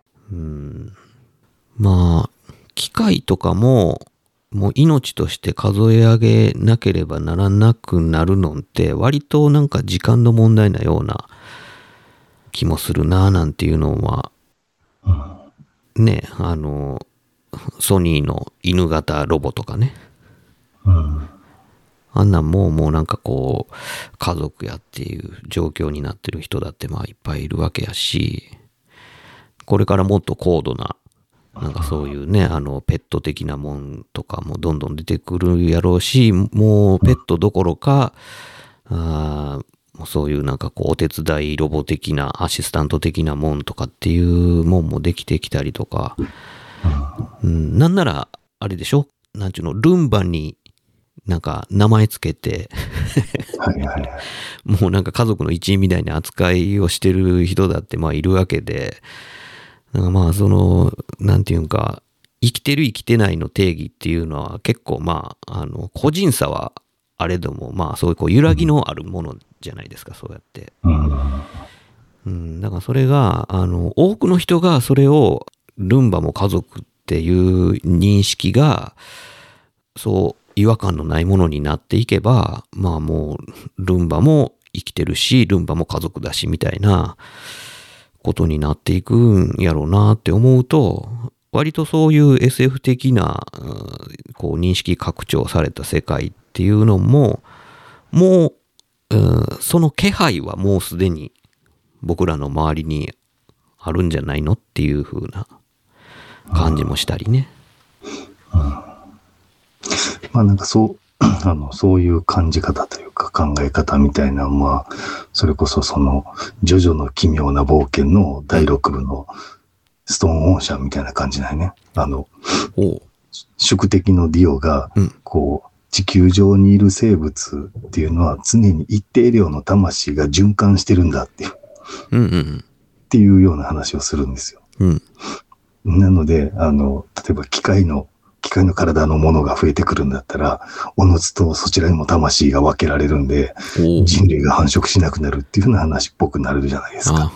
まあ機械とかももう命として数え上げなければならなくなるのって割となんか時間の問題なような気もするななんていうのは、ね、ソニーの犬型ロボとかね、 あんなんもうなんかこう家族やっていう状況になってる人だってまあいっぱいいるわけやし、これからもっと高度ななんかそういうねペット的なもんとかもどんどん出てくるやろうし、もうペットどころかそういうなんかこうお手伝いロボ的なアシスタント的なもんとかっていうもんもできてきたりとか、なんならあれでしょ、なんちゅうの、ルンバになんか名前つけてもうなんか家族の一員みたいな扱いをしてる人だってまあいるわけで、なんかまあそのなんていうんか、生きてる生きてないの定義っていうのは結構まあ個人差はあれども、まあそういうこう揺らぎのあるものじゃないですか、そうやって。だからそれが多くの人がそれをルンバも家族っていう認識がそう違和感のないものになっていけば、まあもうルンバも生きてるしルンバも家族だしみたいなことになっていくんやろうなって思うと、割とそういう SF 的なこう認識拡張された世界っていうのももう、その気配はもうすでに僕らの周りにあるんじゃないのっていう風な感じもしたりね。 まあなんかそういう感じ方というか考え方みたいなのは、それこそそのジョジョの奇妙な冒険の第6部のストーンオーシャンみたいな感じだよね。宿敵のディオがこう、地球上にいる生物っていうのは常に一定量の魂が循環してるんだっていう、っていうような話をするんですよ。なので例えば機械の体のものが増えてくるんだったら、おのずとそちらにも魂が分けられるんで、人類が繁殖しなくなるっていうふうな話っぽくなるじゃないですか。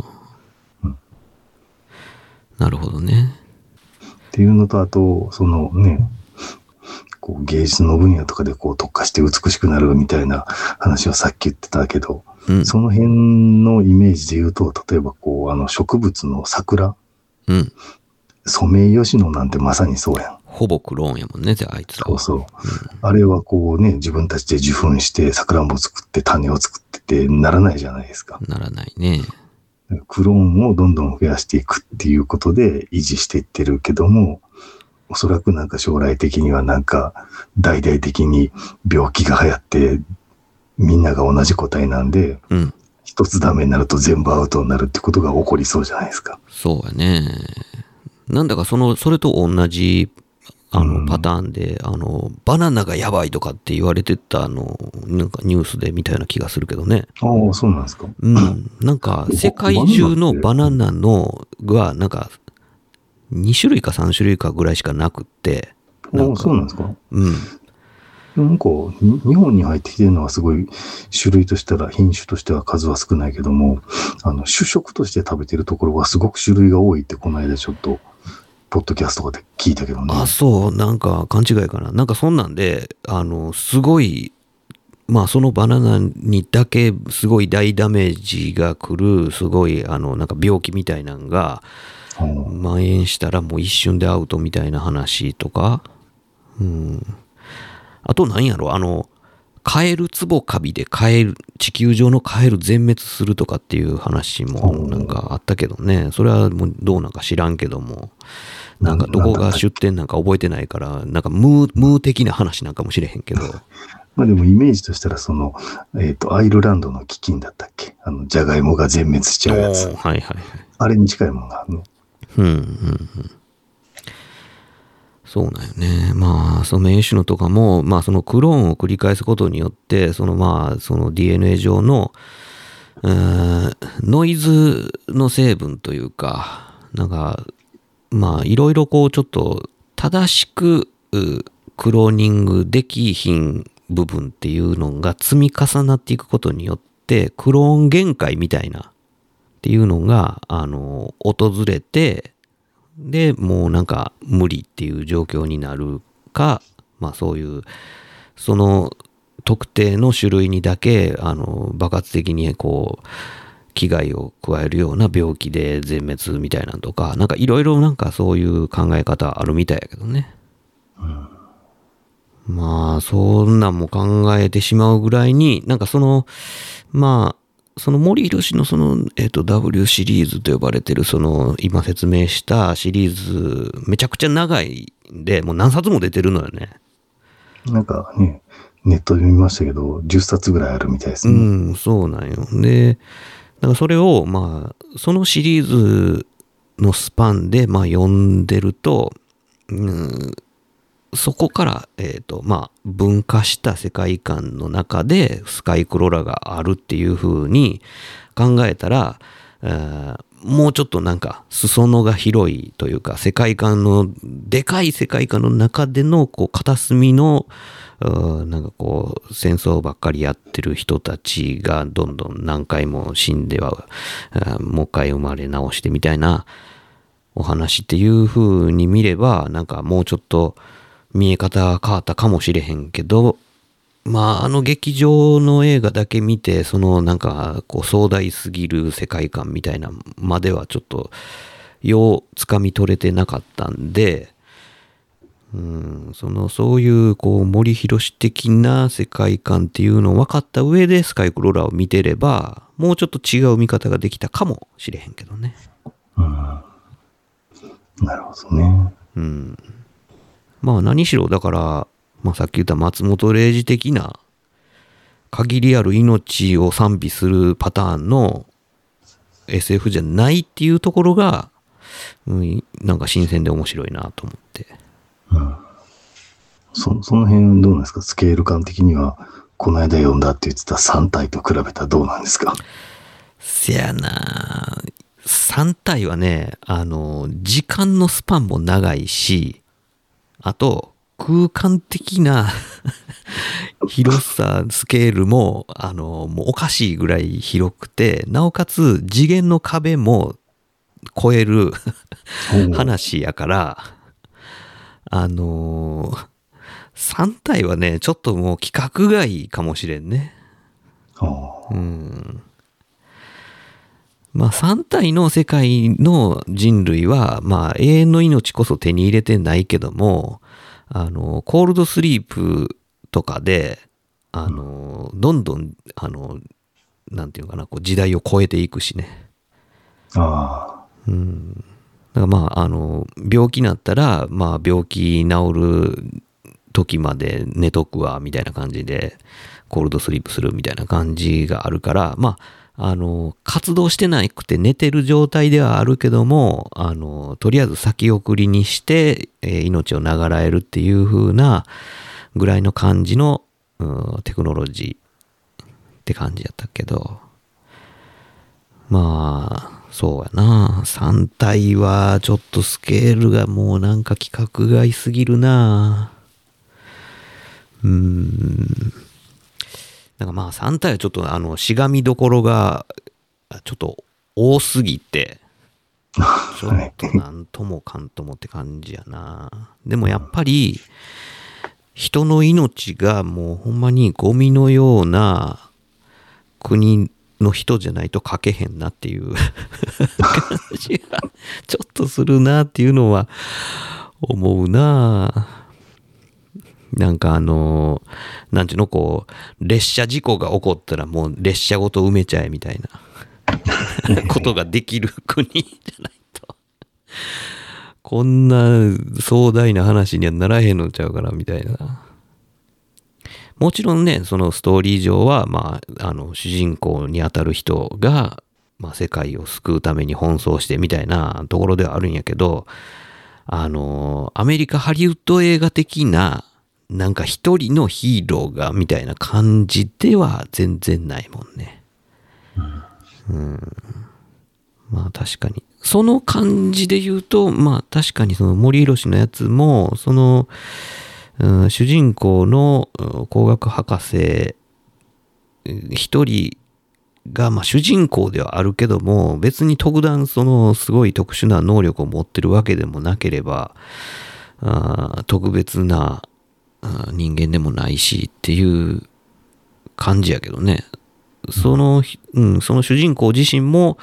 なるほどね。 っていうのと、あとそのね、こう芸術の分野とかでこう特化して美しくなるみたいな話をさっき言ってたけど、その辺のイメージで言うと、例えばこう植物の桜、ソメイヨシノなんてまさにそうやん。 ほぼクローンやもんね、じゃああいつらは。 そう。あれはこうね、自分たちで受粉して桜も作って種を作っててならないじゃないですか。 ならないね。 クローンをどんどん増やしていくっていうことで維持していってるけども、おそらくなんか将来的にはなんか大々的に病気が流行ってみんなが同じ個体なんで、一つダメになると全部アウトになるってことが起こりそうじゃないですか。 そうやね。なんだかそれと同じパターンでバナナがやばいとかって言われてたなんかニュースでみたいな気がするけどね。 ああ、そうなんですか。 なんか世界中のバナナのがなんか2種類か3種類かぐらいしかなくって。 そうなんですか。なんか日本に入ってきてるのはすごい種類としたら品種としては数は少ないけども、主食として食べてるところはすごく種類が多いってこの間ちょっとポッドキャストとかで聞いたけどね。 そう、なんか勘違いかな。なんかそんなんで、すごい、まあそのバナナにだけすごい大ダメージが来る、すごい、なんか病気みたいなのが、蔓延したらもう一瞬でアウトみたいな話とか、あと何やろ、カエルツボカビで地球上のカエル全滅するとかっていう話もなんかあったけどね。それはもうどうなんか知らんけども、なんかどこが出典なんか覚えてないから、なんか無的な話なんかもしれへんけど。 まあでもイメージとしたらアイルランドの飢饉だったっけ、ジャガイモが全滅しちゃうやつ。あれに近いものがあるね。 そうなんよね。まあそのメイシュノとかも、まあそのクローンを繰り返すことによって、その DNA 上のノイズの成分というか、なんかまあいろいろこうちょっと正しくクローニングできひん部分っていうのが積み重なっていくことによって、クローン限界みたいなっていうのが訪れて、でもうなんか無理っていう状況になるか、まあそういうその特定の種類にだけ爆発的にこう危害を加えるような病気で全滅みたいなのとか、なんかいろいろなんかそういう考え方あるみたいやけどね。 まあ、そんなんも考えてしまうぐらいに、なんかその森博のW シリーズと呼ばれてる、今説明したシリーズ、めちゃくちゃ長いんで、もう何冊も出てるのよね。 なんかね、ネットで見ましたけど、10冊ぐらいあるみたいですね。 そうなんよ。で、だからそれを、そのシリーズのスパンで、読んでると、そこから、分化した世界観の中でスカイクロラがあるっていう風に考えたら、もうちょっとなんか裾野が広いというか、でかい世界観の中での片隅のなんか戦争ばっかりやってる人たちがどんどん何回も死んではもう一回生まれ直してみたいなお話っていう風に見れば、なんかもうちょっと見え方が変わったかもしれへんけど、劇場の映画だけ見て、なんか壮大すぎる世界観みたいなまではちょっとようつかみ取れてなかったんで、そういう森博的な世界観っていうのを分かった上でスカイクローラーを見てれば、もうちょっと違う見方ができたかもしれへんけどね。 なるほどね。 何しろだから、さっき言った松本零士的な限りある命を賛美するパターンの SF じゃないっていうところが、なんか新鮮で面白いなと思って。 その辺どうなんですか？スケール感的には、この間読んだって言ってた3体と比べたらどうなんですか？ せやな、3体はね、時間のスパンも長いし、あと空間的な広さ、スケールももうおかしいぐらい広くて、なおかつ次元の壁も超える話やから、3体はね、ちょっともう規格外かもしれんね。3体の世界の人類は、永遠の命こそ手に入れてないけども、コールドスリープとかで、どんどん、なんていうかな、時代を超えていくしね。だから病気になったら、病気治る時まで寝とくわ、みたいな感じで、コールドスリープするみたいな感じがあるから、活動してなくて寝てる状態ではあるけども、とりあえず先送りにして、命を長らえるっていう風なぐらいの感じの、テクノロジーって感じやったけど、そうやな、3体はちょっとスケールがもうなんか規格外すぎるな。なんか3体はちょっとしがみどころがちょっと多すぎて、ちょっとなんともかんともって感じやな。でもやっぱり人の命がもうほんまにゴミのような国の人じゃないと書けへんなっていう感じがちょっとするなっていうのは思うな。なんかなんていうの、列車事故が起こったらもう列車ごと埋めちゃえみたいなことができる国じゃないと、こんな壮大な話にはならへんのちゃうからみたいな。もちろんね、そのストーリー上は、主人公にあたる人が、世界を救うために奔走してみたいなところではあるんやけど、アメリカハリウッド映画的な、なんか一人のヒーローがみたいな感じでは全然ないもんね。確かに。その感じで言うと、確かにその森博のやつも、主人公の工学博士一人が、主人公ではあるけども、別に特段すごい特殊な能力を持ってるわけでもなければ、特別な人間でもないしっていう感じやけどね。その主人公自身も、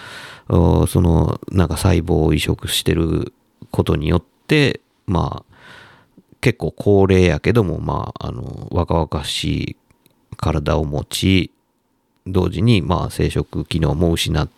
なんか細胞を移植してることによって、 結構高齢やけども、若々しい体を持ち、同時に、生殖機能も失って、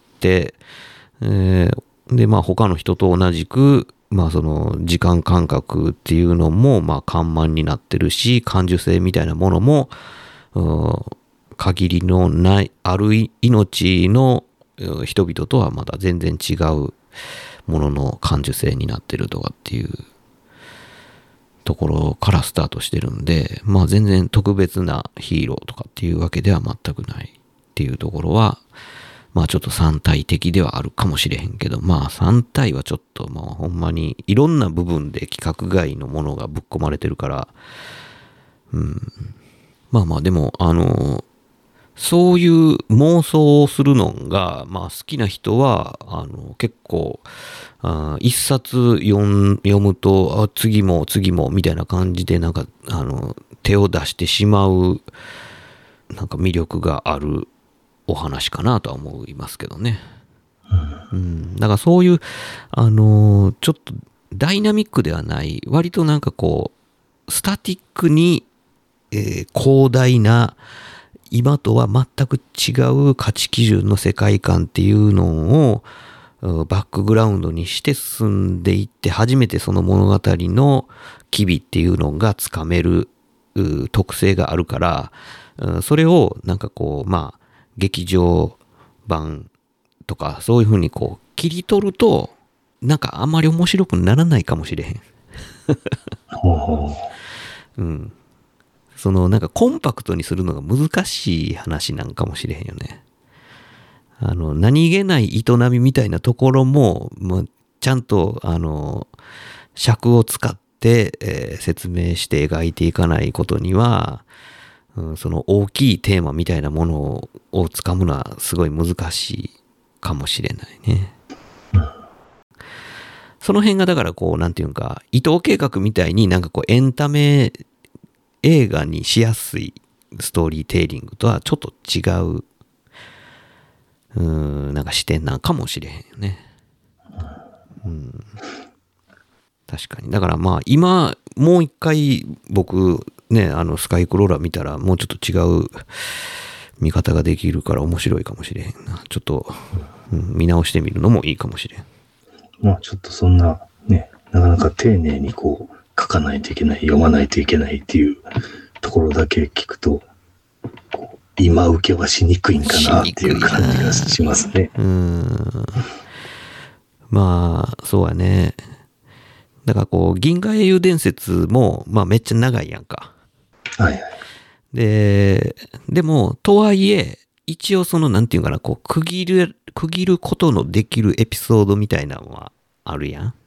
で、他の人と同じく、その時間感覚っていうのも、緩慢になってるし、感受性みたいなものも、限りのない、ある命の人々とはまた全然違うものの感受性になってるとかっていうところからスタートしてるんで、全然特別なヒーローとかっていうわけでは全くないっていうところは、ちょっと三体的ではあるかもしれへんけど、三体はちょっとほんまにいろんな部分で規格外のものがぶっ込まれてるから、でも、そういう妄想をするのが、好きな人は、結構、一冊読むと、次もみたいな感じで、手を出してしまう、魅力があるお話かなとは思いますけどね。だからそういう、ちょっとダイナミックではない、割とスタティックに、広大な、今とは全く違う価値基準の世界観っていうのをバックグラウンドにして進んでいって初めてその物語の機微っていうのがつかめる特性があるからそれを劇場版とかそういう風に切り取るとあんまり面白くならないかもしれへん。コンパクトにするのが難しい話なんかもしれへんよね。何気ない営みみたいなところも、ちゃんと、尺を使って、説明して描いていかないことには、その大きいテーマみたいなものをつかむのはすごい難しいかもしれないね。その辺がだからなんていうか、伊藤計画みたいにエンタメ映画にしやすいストーリーテイリングとはちょっと違う視点なんかもしれへんよね。確かに。だから今もう一回僕ねスカイクローラー見たらもうちょっと違う見方ができるから面白いかもしれへんな。ちょっと、見直してみるのもいいかもしれん。 ちょっとそんなねなかなか丁寧に書かないといけない、読まないといけないっていうところだけ聞くと、今受けはしにくいんかなっていう感じがしますね。 そうやね。だから銀河英雄伝説も、めっちゃ長いやんか。 はいはい。 でも、とはいえ、一応なんていうかな、区切ることのできるエピソードみたいなのはあるやん。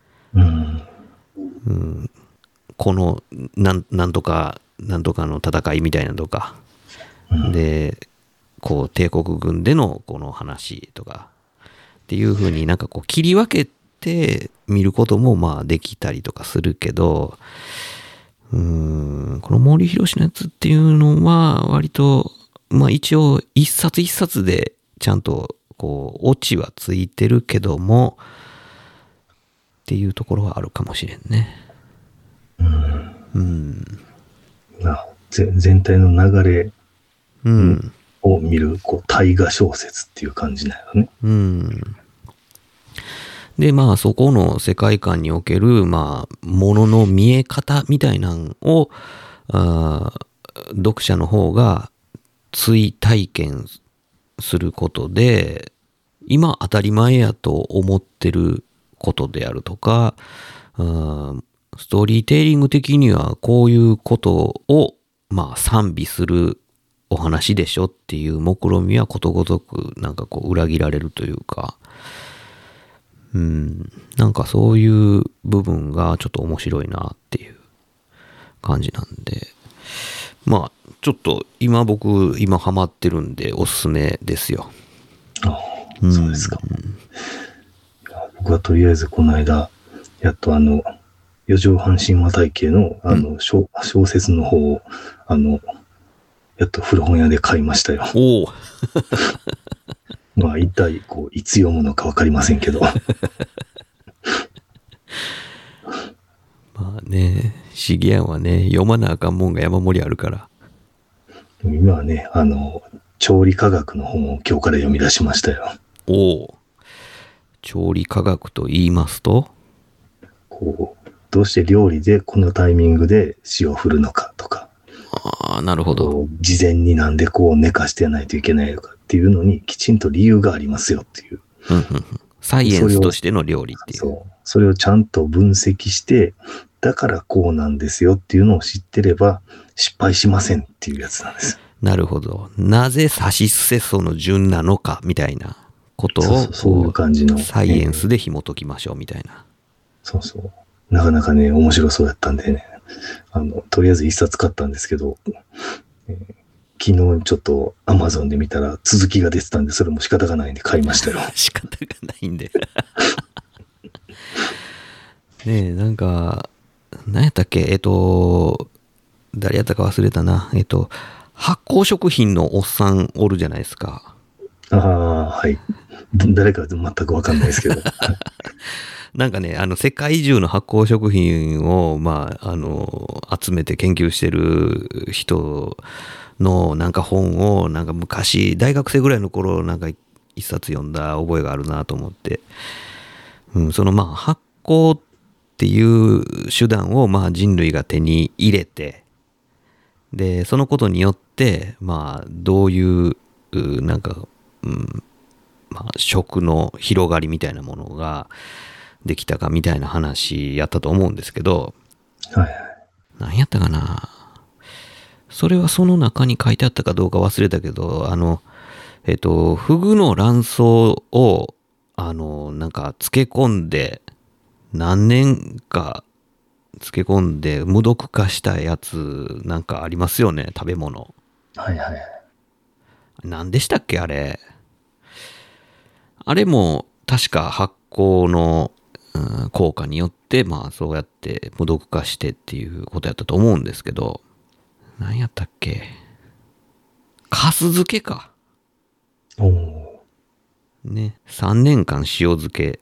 このなんとかの戦いみたいなとか、で帝国軍でのこの話とかっていう風に切り分けて見ることもできたりとかするけど、この森博のやつっていうのは割と一応一冊一冊でちゃんとオチはついてるけどもっていうところはあるかもしれんね。 全体の流れを見る大河小説っていう感じだよね。 でそこの世界観におけるものの見え方みたいなのを読者の方が追体験することで今当たり前やと思ってることであるとかストーリーテイリング的にはこういうことを賛美するお話でしょっていう目論みはことごとく裏切られるというか、そういう部分がちょっと面白いなっていう感じなんで、ちょっと今ハマってるんでおすすめですよ。 そうですか。僕はとりあえずこの間やっと四畳半神話体系の小説の方をやっと古本屋で買いましたよ。一体いつ読むのか分かりませんけど。 シゲアンはね、読まなあかんもんが山盛りあるから。 今はね、調理科学の本を今日から読み出しましたよ。 おお。調理科学と言いますと、 どうして料理でこのタイミングで塩を振るのかとか。 ああ、なるほど。 事前になんで寝かしてないといけないのかっていうのにきちんと理由がありますよっていう。 サイエンスとしての料理っていう。 そう。それをちゃんと分析して、だからこうなんですよっていうのを知ってれば失敗しませんっていうやつなんです。 なるほど。なぜさしすせその順なのかみたいなことをそういう感じのサイエンスで紐解きましょうみたいな。 そうそう。なかなかね、面白そうやったんでね。とりあえず一冊買ったんですけど、昨日ちょっと Amazon で見たら続きが出てたんで、それも仕方がないんで買いましたよ。 仕方がないんで。ねえ、なんか、何やったっけ誰やったか忘れたな。発酵食品のおっさんおるじゃないですか。 ああ、はい。誰か全くわかんないですけど。 なんかね、世界中の発酵食品を、集めて研究してる人のなんか本を、なんか昔、大学生ぐらいの頃、なんか一冊読んだ覚えがあるなと思って。その発酵っていう手段を人類が手に入れて、で、そのことによって、どういう、なんか、食の広がりみたいなものができたかみたいな話やったと思うんですけど、 はい。 何やったかな。それはその中に書いてあったかどうか忘れたけど、フグの卵巣を、なんか漬け込んで、何年か漬け込んで無毒化したやつなんかありますよね、食べ物。 はいはい。 何でしたっけあれ。あれも確か発酵の、効果によってそうやって無毒化してっていうことやったと思うんですけど、何やったっけ。粕漬けか。 おお。 ね、3年間塩漬け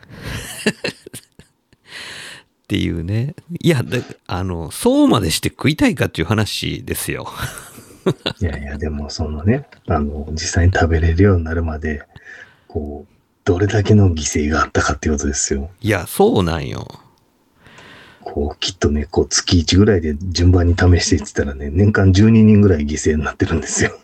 っていうね。いや、そうまでして食いたいかっていう話ですよ。 いやいや、でもそのね、実際に食べれるようになるまで、どれだけの犠牲があったかっていうことですよ。 いや、そうなんよ。 きっとね、月1ぐらいで順番に試していってたらね、年間12人ぐらい犠牲になってるんですよ。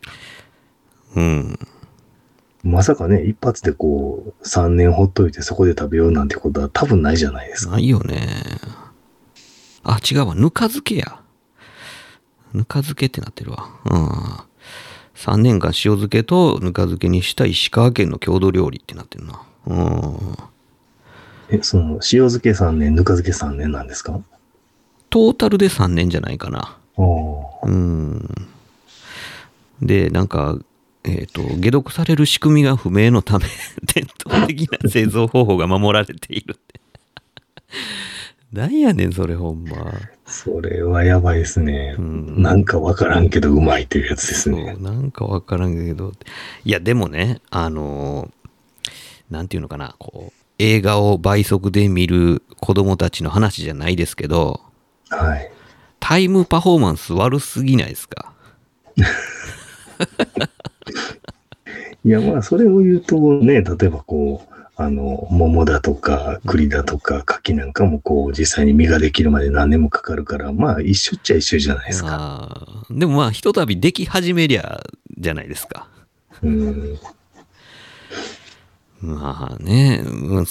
まさかね、一発で3年ほっといてそこで食べようなんてことは多分ないじゃないですか。 ないよね。あ、違うわ。ぬか漬けや。ぬか漬けってなってるわ。3年間塩漬けとぬか漬けにした石川県の郷土料理ってなってるな。 その塩漬け3年、ぬか漬け3年なんですか？ トータルで3年じゃないかな。で、なんか、解毒される仕組みが不明のため、伝統的な製造方法が守られているって。なんやねん、それほんま。 それはやばいですね。なんかわからんけどうまいっていうやつですね。 そう、なんかわからんけど。いや、でもね、なんていうのかな、映画を倍速で見る子供たちの話じゃないですけど、 はい。 タイムパフォーマンス悪すぎないですか？ いや、それを言うとね、例えば桃だとか栗だとか柿なんかも実際に実ができるまで何年もかかるから、一緒っちゃ一緒じゃないですか。 でもひとたびでき始めりゃじゃないですか。ね、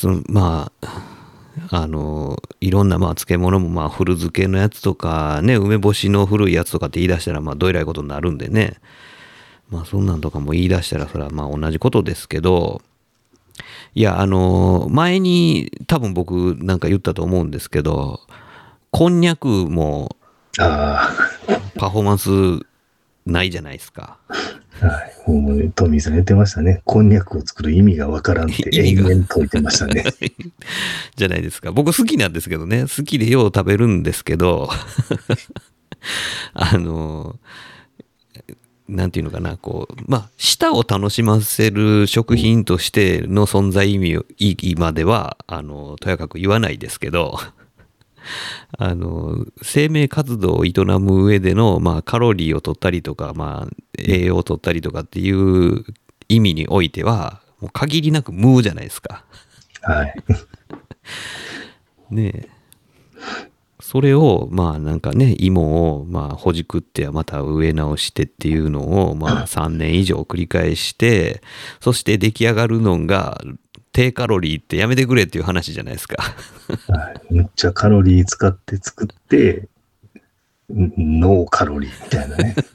いろんな漬物も古漬けのやつとかね、梅干しの古いやつとかって言い出したらどえらいことになるんでね。そんなんとかも言い出したらそれは同じことですけど、いや前に多分僕なんか言ったと思うんですけど、こんにゃくもパフォーマンスないじゃないですか。 はい、もうトミーさん言ってましたね。こんにゃくを作る意味がわからんって延々と言ってましたね。 じゃないですか。僕好きなんですけどね、好きでよう食べるんですけど、なんていうのかな、舌を楽しませる食品としての存在意義まではとやかく言わないですけど、 生命活動を営む上での、まあ、カロリーを取ったりとか、まあ、栄養を取ったりとかっていう意味においては、もう限りなく無じゃないですか。 はい。 ねえ。それを、まあなんかね、芋を、まあ、ほじくってまた植え直してっていうのを、まあ3年以上繰り返して、そして出来上がるのが、低カロリーってやめてくれっていう話じゃないですか。 はい。めっちゃカロリー使って作って、ノーカロリーみたいなね。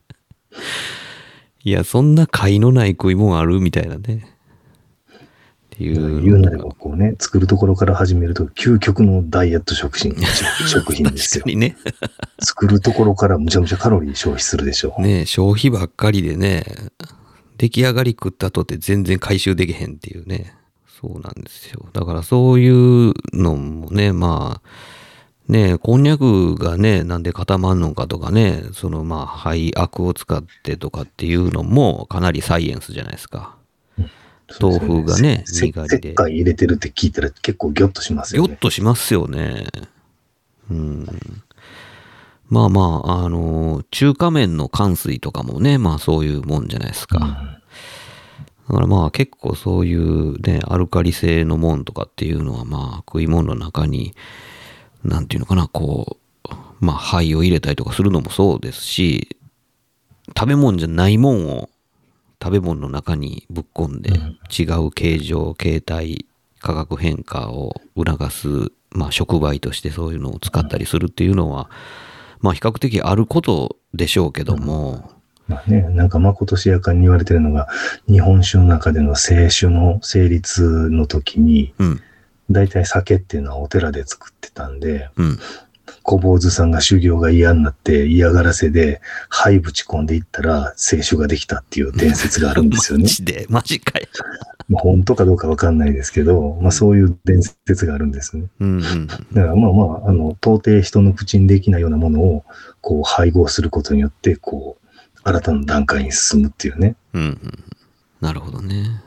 いや、そんな甲斐のない食い物あるみたいなね。っていう。 言うなればこうね、作るところから始めると究極のダイエット食品ですよ。 確かにね。 作るところからむちゃむちゃカロリー消費するでしょう。 ね、消費ばっかりでね、出来上がり食ったとって全然回収できへんっていうね。そうなんですよ。だからそういうのもね、まあ、ね、こんにゃくがね、なんで固まんのかとかね、そのまあ、灰アクを使ってとかっていうのもかなりサイエンスじゃないですか。豆腐がね、 にがりで。石灰入れてるって聞いたら結構ギョッとしますよね。 ギョッとしますよね。うん。まあまあ、中華麺の乾水とかもね、まあそういうもんじゃないですか。だからまあ結構そういうね、アルカリ性のもんとかっていうのはまあ食い物の中に、なんていうのかな、こう、まあ灰を入れたりとかするのもそうですし、食べ物じゃないもんを食べ物の中にぶっ込んで、違う形状、形態、化学変化を促す、まあ触媒としてそういうのを使ったりするっていうのは、まあ比較的あることでしょうけども、 まあね、なんかまことしやかに言われてるのが、日本酒の中での清酒の成立の時に、だいたい酒っていうのはお寺で作ってたんで、小坊主さんが修行が嫌になって嫌がらせで灰ぶち込んでいったら清酒ができたっていう伝説があるんですよね。 マジかよ。 本当かどうかわかんないですけど、まあそういう伝説があるんですね。だからまあまあ、到底人の口にできないようなものをこう配合することによって、こう、新たな段階に進むっていうね。 なるほどね。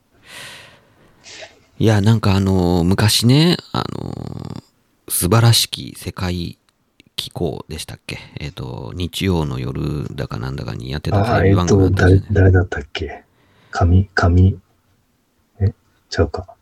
いや、なんか昔ね、素晴らしき世界機構でしたっけ？日曜の夜だかなんだかにやってたテレビ番組だったじゃない。 誰だったっけ？ちゃうか。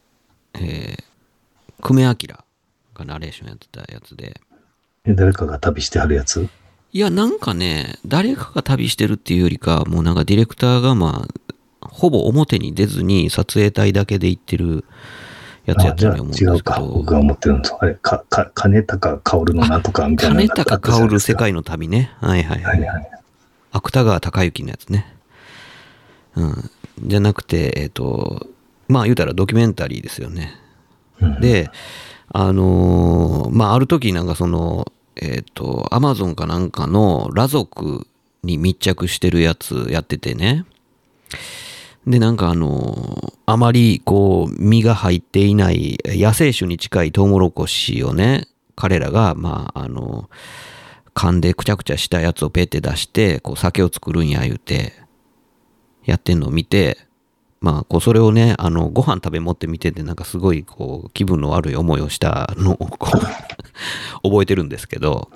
久米明がナレーションやってたやつで。 誰かが旅してはるやつ？ いや、なんかね、誰かが旅してるっていうよりか、もうなんかディレクターがまあ、ほぼ表に出ずに撮影隊だけで行ってるやつやったように思うんですけど。 違うか、僕が思ってるんです。あれ、金高薫のなんとかみたいな。 金高薫世界の旅ね。はいはいはい。芥川隆之のやつね。じゃなくて、まあ言うたらドキュメンタリーですよね。で、まあある時なんかその、アマゾンかなんかの裸族に密着してるやつやっててね。で、なんかあまりこう、実が入っていない野生種に近いトウモロコシをね、彼らが、まあ、噛んでくちゃくちゃしたやつをペッて出して、こう、酒を作るんや言うて、やってんのを見て、まあ、こう、それをね、ご飯食べ持って見てて、なんかすごい、こう、気分の悪い思いをしたのを、こう、覚えてるんですけど、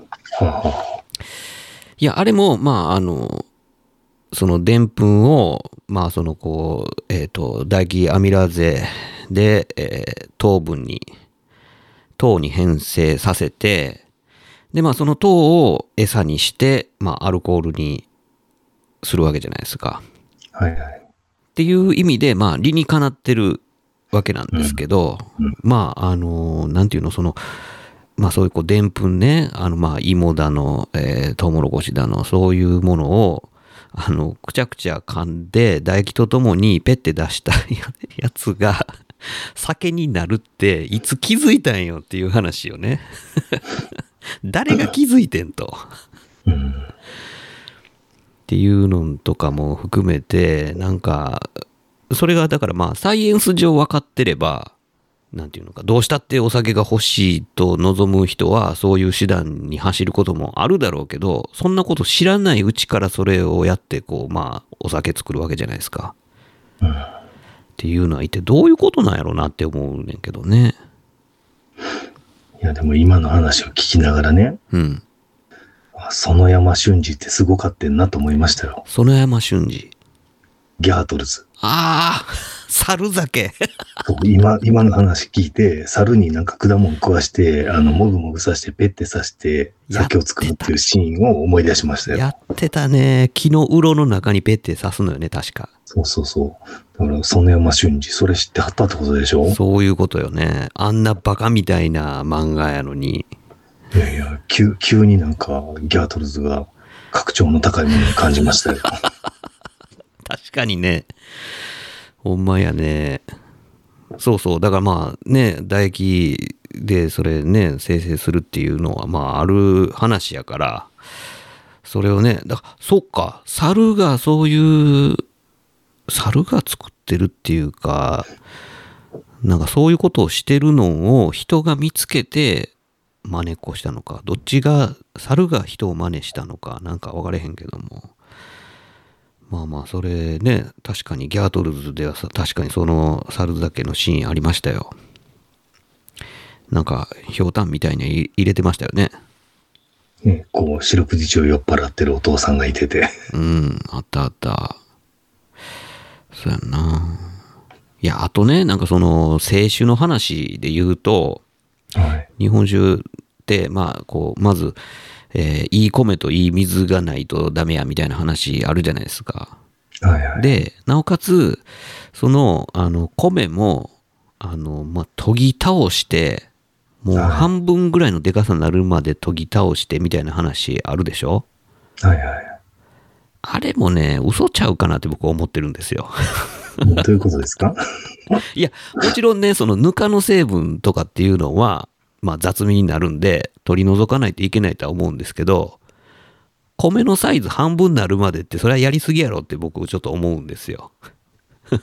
いや、あれも、まあ、そのでんぷんを、まあそのこう、唾液アミラーゼで、糖に変性させて、でまあその糖を餌にして、まあアルコールにするわけじゃないですか。 はいはい。 っていう意味で、まあ理にかなってるわけなんですけど、まあなんていうの、その、まあそういうこうでんぷんね、まあ芋だの、トウモロコシだの、そういうものを、くちゃくちゃ噛んで唾液とともにペッて出したやつが酒になるっていつ気づいたんよっていう話よね。誰が気づいてんと。っていうのとかも含めて、なんか、それがだからまあサイエンス上分かってれば、なんていうのか、どうしたってお酒が欲しいと望む人はそういう手段に走ることもあるだろうけど、そんなこと知らないうちからそれをやってこう、まあお酒作るわけじゃないですか。っていうのは一体どういうことなんやろうなって思うねんけどね。 いや、でも今の話を聞きながらね、 うん。 園山俊二ってすごかってんなと思いましたよ。 園山俊二。 ギャートルズ。 ああ、猿酒。 今の話聞いて、猿になんか果物食わして、もぐもぐさして、ペッてさして、酒を作るっていうシーンを思い出しましたよ。 やってたね。木のうろの中にペッて刺すのよね、確か。 そうそうそう。だから、園山俊二、それ知ってはったってことでしょ？ そういうことよね。あんなバカみたいな漫画やのに。 いやいや、急になんか、ギャートルズが格調の高いものに感じましたよ。 確かにね。ほんまやね。そうそう。だからまあね、唾液でそれね、生成するっていうのはまあある話やから、それをね、だからそっか、猿が作ってるっていうか、なんかそういうことをしてるのを人が見つけて真似っこしたのか、どっちが、猿が人を真似したのか、なんか分かれへんけども。まあまあ、それね、確かにギャートルズでは確かにその猿酒のシーンありましたよ。なんか、ひょうたんみたいに入れてましたよね。 こう、四六時中酔っ払ってるお父さんがいてて。 うん、あったあった。そうやんな。いや、あとね、なんかその、清酒の話で言うと、 はい、 日本酒って、まあ、こう、まず、いい米といい水がないとダメやみたいな話あるじゃないですか。 はいはい、 で、なおかつ、その、米も、まあ、研ぎ倒して、もう半分ぐらいのでかさになるまで研ぎ倒してみたいな話あるでしょ？ はいはい。 あれもね、嘘ちゃうかなって僕は思ってるんですよ。 どういうことですか？ いや、もちろんね、そのぬかの成分とかっていうのは、まあ雑味になるんで、取り除かないといけないとは思うんですけど、米のサイズ半分になるまでってそれはやりすぎやろって僕ちょっと思うんですよ。だ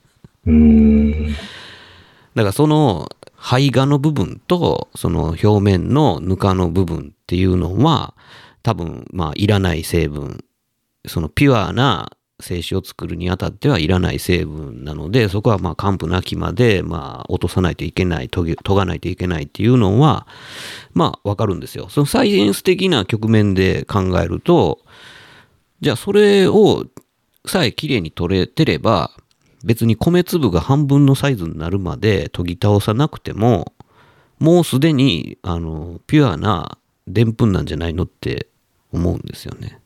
からその胚芽の部分とその表面のぬかの部分っていうのは多分まあいらない成分、そのピュアな清酒を作るにあたってはいらない成分なので、そこはまあ完膚なきまでまあ落とさないといけない、研がないといけないっていうのはまあわかるんですよ。そのサイエンス的な局面で考えると、じゃあそれをさえきれいに取れてれば別に米粒が半分のサイズになるまで研ぎ倒さなくてももうすでにピュアなでんぷんなんじゃないのって思うんですよね。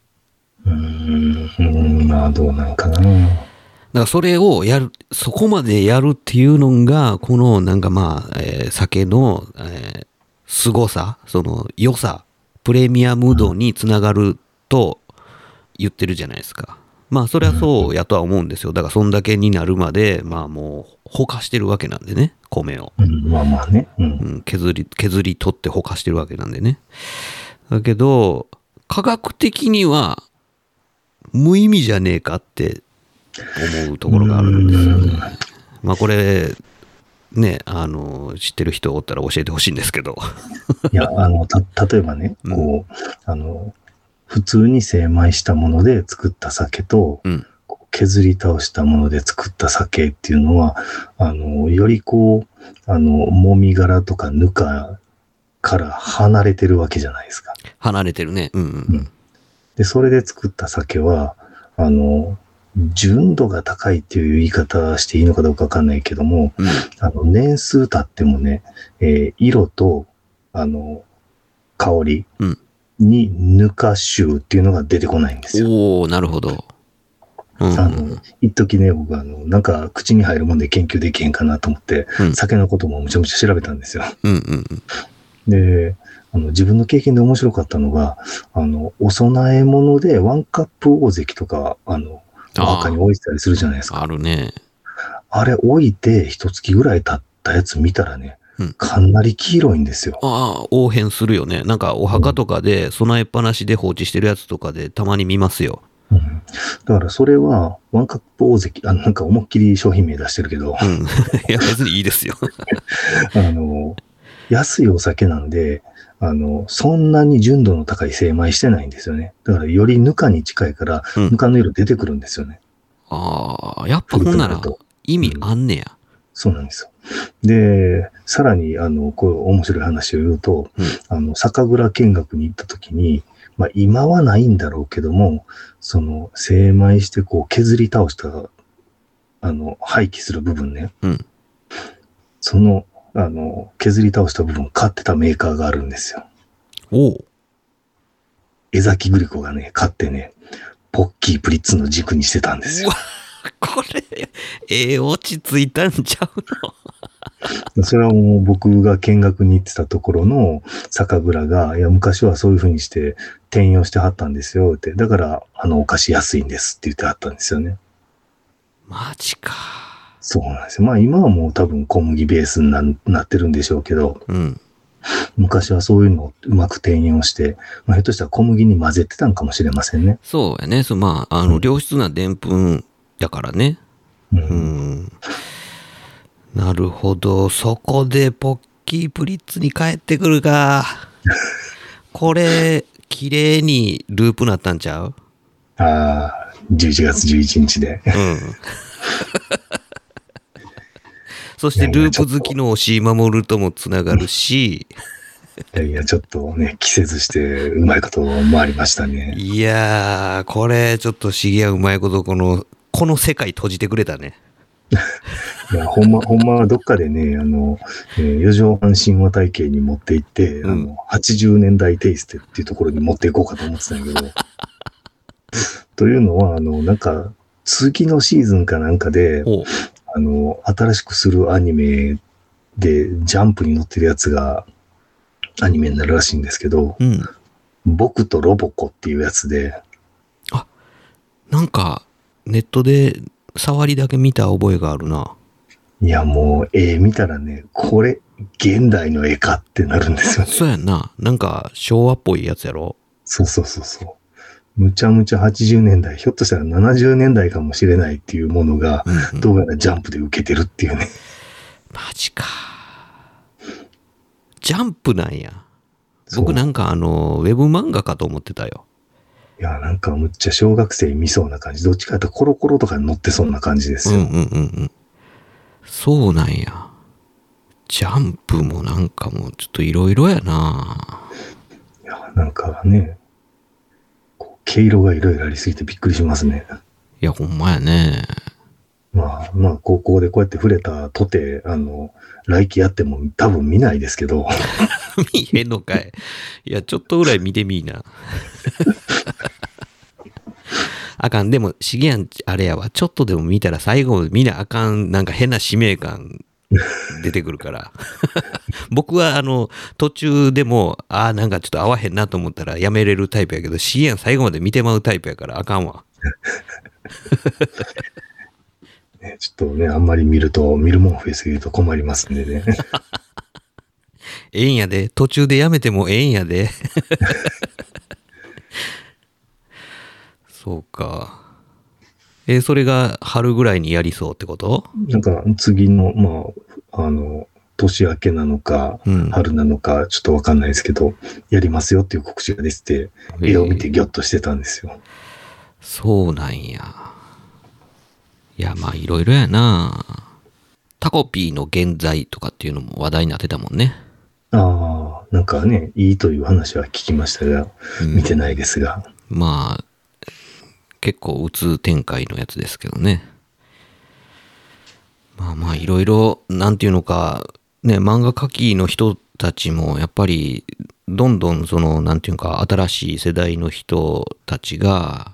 まあどうなんかな。だからそれをやる、そこまでやるっていうのがこのなんかまあ、酒の、凄さ、その良さ、プレミアム度につながると言ってるじゃないですか。まあそれはそうやとは思うんですよ。だからそんだけになるまでまあもうほかしてるわけなんでね、米を。 まあまあね、 削り取ってほかしてるわけなんでね。だけど科学的には無意味じゃねえかって思うところがあるんですよね。まあこれね、知ってる人おったら教えてほしいんですけど。 いや、例えばね、こう、普通に精米したもので作った酒と、削り倒したもので作った酒っていうのは、よりこう、もみ殻とかぬかから離れてるわけじゃないですか。 離れてるね。 で、それで作った酒は、純度が高いっていう言い方していいのかどうかわかんないけども、年数経ってもね、色と、香りにぬか臭っていうのが出てこないんですよ。 おー、なるほど。 一時ね、僕なんか口に入るもんで研究できへんかなと思って、酒のこともむちゃむちゃ調べたんですよ。で、自分の経験で面白かったのが、お供え物でワンカップ大関とか、お墓に置いてたりするじゃないですか。 あるね。 あれ置いて一月ぐらい経ったやつ見たらね、かなり黄色いんですよ。 応変するよね。なんかお墓とかで備えっぱなしで放置してるやつとかでたまに見ますよ。 だからそれはワンカップ大関、なんか思いっきり商品名出してるけど。 いや別にいいですよ。 安いお酒なんで、そんなに純度の高い精米してないんですよね。だからよりぬかに近いから、ぬかの色出てくるんですよね。 やっぱほんなら意味あんねや。 そうなんですよ。 で、さらに、こう、面白い話を言うと、酒蔵見学に行った時に、まあ、今はないんだろうけども、精米して、こう、削り倒した、廃棄する部分ね。削り倒した部分を買ってたメーカーがあるんですよ。江崎グリコがね、買ってね、ポッキープリッツの軸にしてたんですよ。 これ、落ち着いたんちゃうのそれはもう僕が見学に行ってたところの酒蔵が、いや、昔はそういう風にして転用してはったんですよって。だから、お菓子安いんですって言ってはったんですよね。 マジか。 そうなんですよ。まあ今はもう多分小麦ベースに なってるんでしょうけど、昔はそういうのをうまく転用して、まあ、ひょっとしたら小麦に混ぜてたんかもしれませんね。 そうやね。まあ、良質なでんぷんだからね。なるほど。そこでポッキープリッツに帰ってくるか。これ、綺麗にループなったんちゃう？ ああ、11月11日で。 そしてループ好きの押井守ともつながるし。 いや、ちょっとね、季節してうまいこと回りましたね。 いやー、これちょっとシゲはうまいことこの世界閉じてくれたね。 いや、ほんまはどっかでね、四畳半神話体系に持っていって、80年代テイストっていうところに持っていこうかと思ってたんだけど。というのは、なんか、次のシーズンかなんかで、新しくするアニメで、ジャンプに載ってるやつが、アニメになるらしいんですけど、僕とロボコっていうやつで。 なんか、ネットで触りだけ見た覚えがあるな。 いや、もう、見たらね、これ、現代の絵かってなるんですよね。 そうやんな。なんか、昭和っぽいやつやろ。 そう。むちゃむちゃ80年代、ひょっとしたら70年代かもしれないっていうものが、どうやらジャンプで受けてるっていうね。 マジか。ジャンプなんや。僕なんかウェブ漫画かと思ってたよ。 いや、なんかむっちゃ小学生見そうな感じ。どっちかというとコロコロとかに載ってそうな感じですよ。 そうなんや。ジャンプもなんかもうちょっといろいろやな。 いや、なんかね、毛色がいろいろありすぎてびっくりしますね。 いや、ほんまやね。 まあ、高校でこうやって触れたとて、来期やっても多分見ないですけど。 見へんのかい。いや、ちょっとぐらい見てみいな。あかん。でも、シゲやん、あれやわ。ちょっとでも見たら最後まで見なあかん、なんか変な使命感出てくるから。僕は、途中でも、なんかちょっと合わへんなと思ったらやめれるタイプやけど、シゲやん最後まで見てまうタイプやからあかんわ。 ちょっとね、あんまり見るもん増えすぎると困りますんでね。 ええんやで。途中でやめてもええんやで。そうか。それが春ぐらいにやりそうってこと？ なんか次の、年明けなのか、春なのか、ちょっとわかんないですけど、やりますよっていう告知が出てて、絵を見てギョッとしてたんですよ。 そうなんや。いや、まあいろいろやな。タコピーの現在とかっていうのも話題になってたもんね。 なんかね、いいという話は聞きましたが、見てないですが。 まあ、結構うつ展開のやつですけどね。まあいろいろ、なんていうのか、ね、漫画描きの人たちもやっぱり、どんどんなんていうか、新しい世代の人たちが、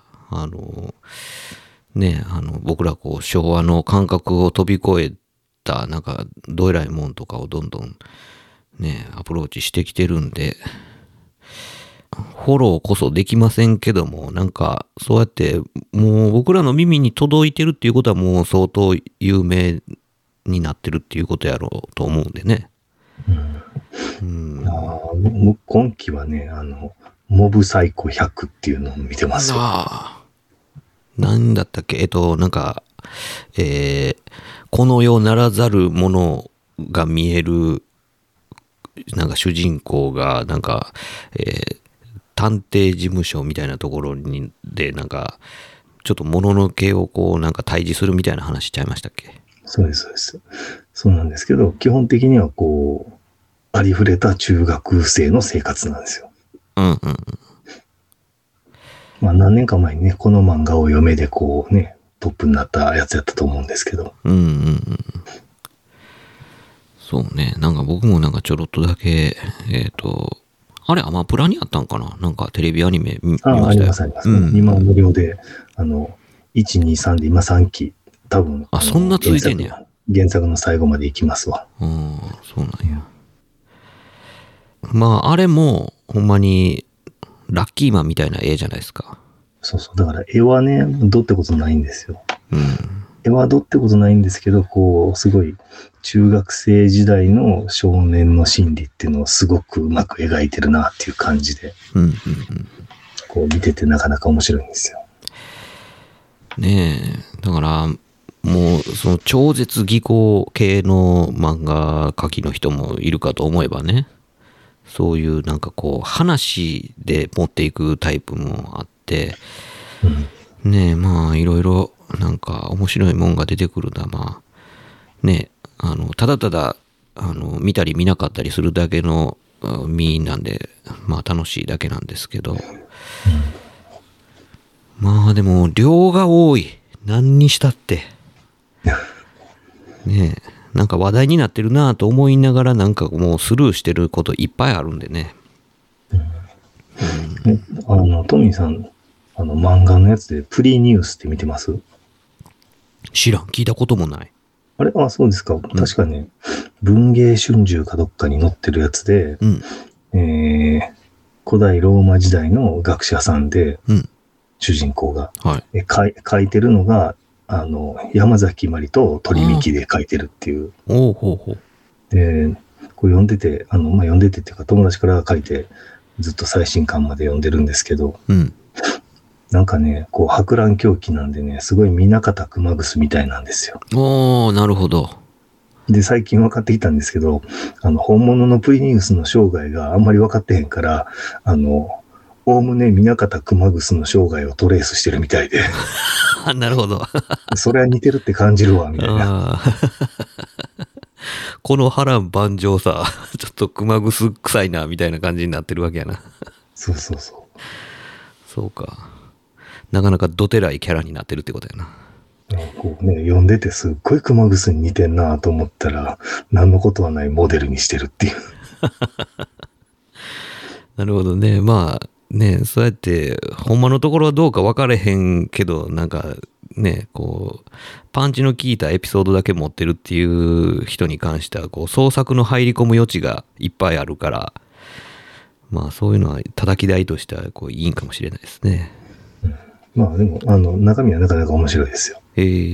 僕ら昭和の感覚を飛び越えた、なんか、どえらいもんとかをどんどん、ね、アプローチしてきてるんで、フォローこそできませんけども、なんか、そうやって、もう僕らの耳に届いてるっていうことはもう相当有名になってるっていうことやろうと思うんでね。 今期はね、モブサイコ100っていうのを見てますよ。 なんだったっけなんか、この世ならざるものが見える、なんか主人公が、なんか、探偵事務所みたいなところで、なんか、ちょっと物のけをなんか対峙するみたいな話しちゃいましたっけ？ そうです。 そうなんですけど、基本的にはこう、ありふれた中学生の生活なんですよ。 うんうん。 まあ何年か前にね、この漫画を読めでこうね、トップになったやつやったと思うんですけど。 うんうんうん。そうね。なんか僕もなんかちょろっとだけ、あれアマプラにあったんかな、なんかテレビアニメ見ましたよ。 ありますあります。うん、今無料で、1、2、3で今3期、多分。 あ、そんなついてんねや。 原作の最後まで行きますわ。 そうなんや。まあ、あれも、ほんまに、ラッキーマンみたいな絵じゃないですか。 そうそう。だから絵はね、どってことないんですよ。 うん。 絵はどってことないんですけど、こう、すごい、中学生時代の少年の心理っていうのをすごくうまく描いてるなっていう感じで、 うんうんうん。 こう見ててなかなか面白いんですよ。 ねえ。だから、もう、その超絶技巧系の漫画描きの人もいるかと思えばね、そういうなんかこう、話で持っていくタイプもあって、ねえ、まあ、いろいろ、なんか面白いもんが出てくるな、まあ、ねえ、ただただ、見たり見なかったりするだけの身なんで、まあ楽しいだけなんですけど、まあでも、量が多い。何にしたって。ねえ、なんか話題になってるなぁと思いながらなんかもうスルーしてることいっぱいあるんでね。 トミーさん、漫画のやつでプリニュースって見てます？ 知らん、聞いたこともない。 あれ、あ、そうですか。確かね、文藝春秋かどっかに載ってるやつで、古代ローマ時代の学者さんで、主人公が、書いてるのが、山崎まりと鳥幹で書いてるっていう。で、これ読んでて、読んでてっていうか友達から書いて、ずっと最新刊まで読んでるんですけど、なんかね、こう、博覧狂気なんでね、すごい南方熊楠みたいなんですよ。 なるほど。 で、最近分かってきたんですけど、本物のプリニウスの生涯があんまり分かってへんから、おおむね南方熊楠の生涯をトレースしてるみたいで。 なるほど。 それは似てるって感じるわ、みたいな。 この波乱万丈さ、ちょっと熊楠臭いな、みたいな感じになってるわけやな。 そうそうそう。 そうか。なかなかどてらいキャラになってるってことやな。 こうね、読んでてすっごい熊楠に似てんなと思ったら、何のことはないモデルにしてるっていう。 なるほどね。まあね、そうやって、ほんまのところはどうか分かれへんけど、なんかね、こう、パンチの効いたエピソードだけ持ってるっていう人に関しては、こう、創作の入り込む余地がいっぱいあるから、まあそういうのは叩き台としてはこういいんかもしれないですね。 まあでも、中身はなかなか面白いですよ。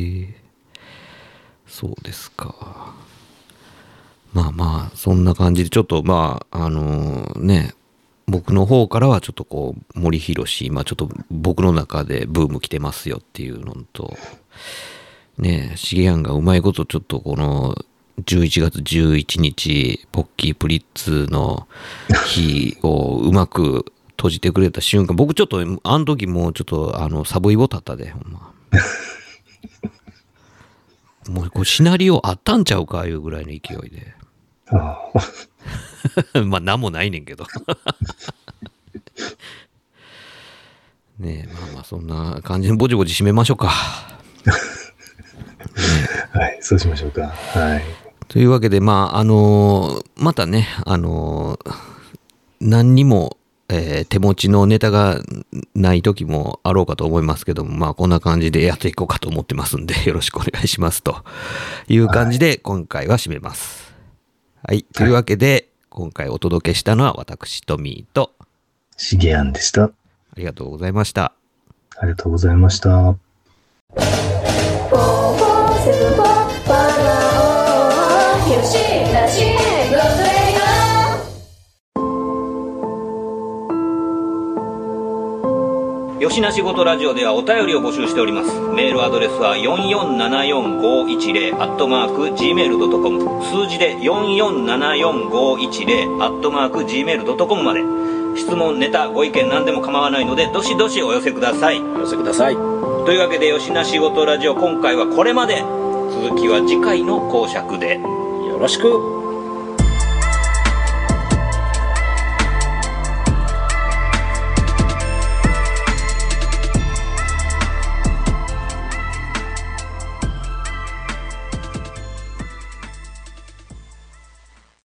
そうですか。まあまあ、そんな感じで、ちょっとまあ、ね、僕の方からはちょっとこう、森博、今ちょっと僕の中でブーム来てますよっていうのと、ね、しげやんがうまいことちょっとこの、11月11日、ポッキープリッツの日をうまく閉じてくれた瞬間、僕ちょっと、あの時もうちょっと、サブイボ立ったで、ほんま。もうこれシナリオあったんちゃうかいうぐらいの勢いで。まあ、なんもないねんけど。ねえ、まあまあ、そんな感じでぼちぼち締めましょうか。 はい、そうしましょうか。はい。 というわけで、まあ、またね、何にも、手持ちのネタがない時もあろうかと思いますけども、まあこんな感じでやっていこうかと思ってますんで、よろしくお願いしますという感じで今回は締めます。はい。というわけで、今回お届けしたのは私、トミーとしげやんでした。ありがとうございました。 ありがとうございました。 よしなしごとラジオではお便りを募集しております。メールアドレスは4474510@gmail.com、数字で4474510@gmail.com まで。質問、ネタ、ご意見何でも構わないのでどしどしお寄せください。 お寄せください。 というわけでよしなしごとラジオ、今回はこれまで。 続きは次回の講釈で。 よろしく。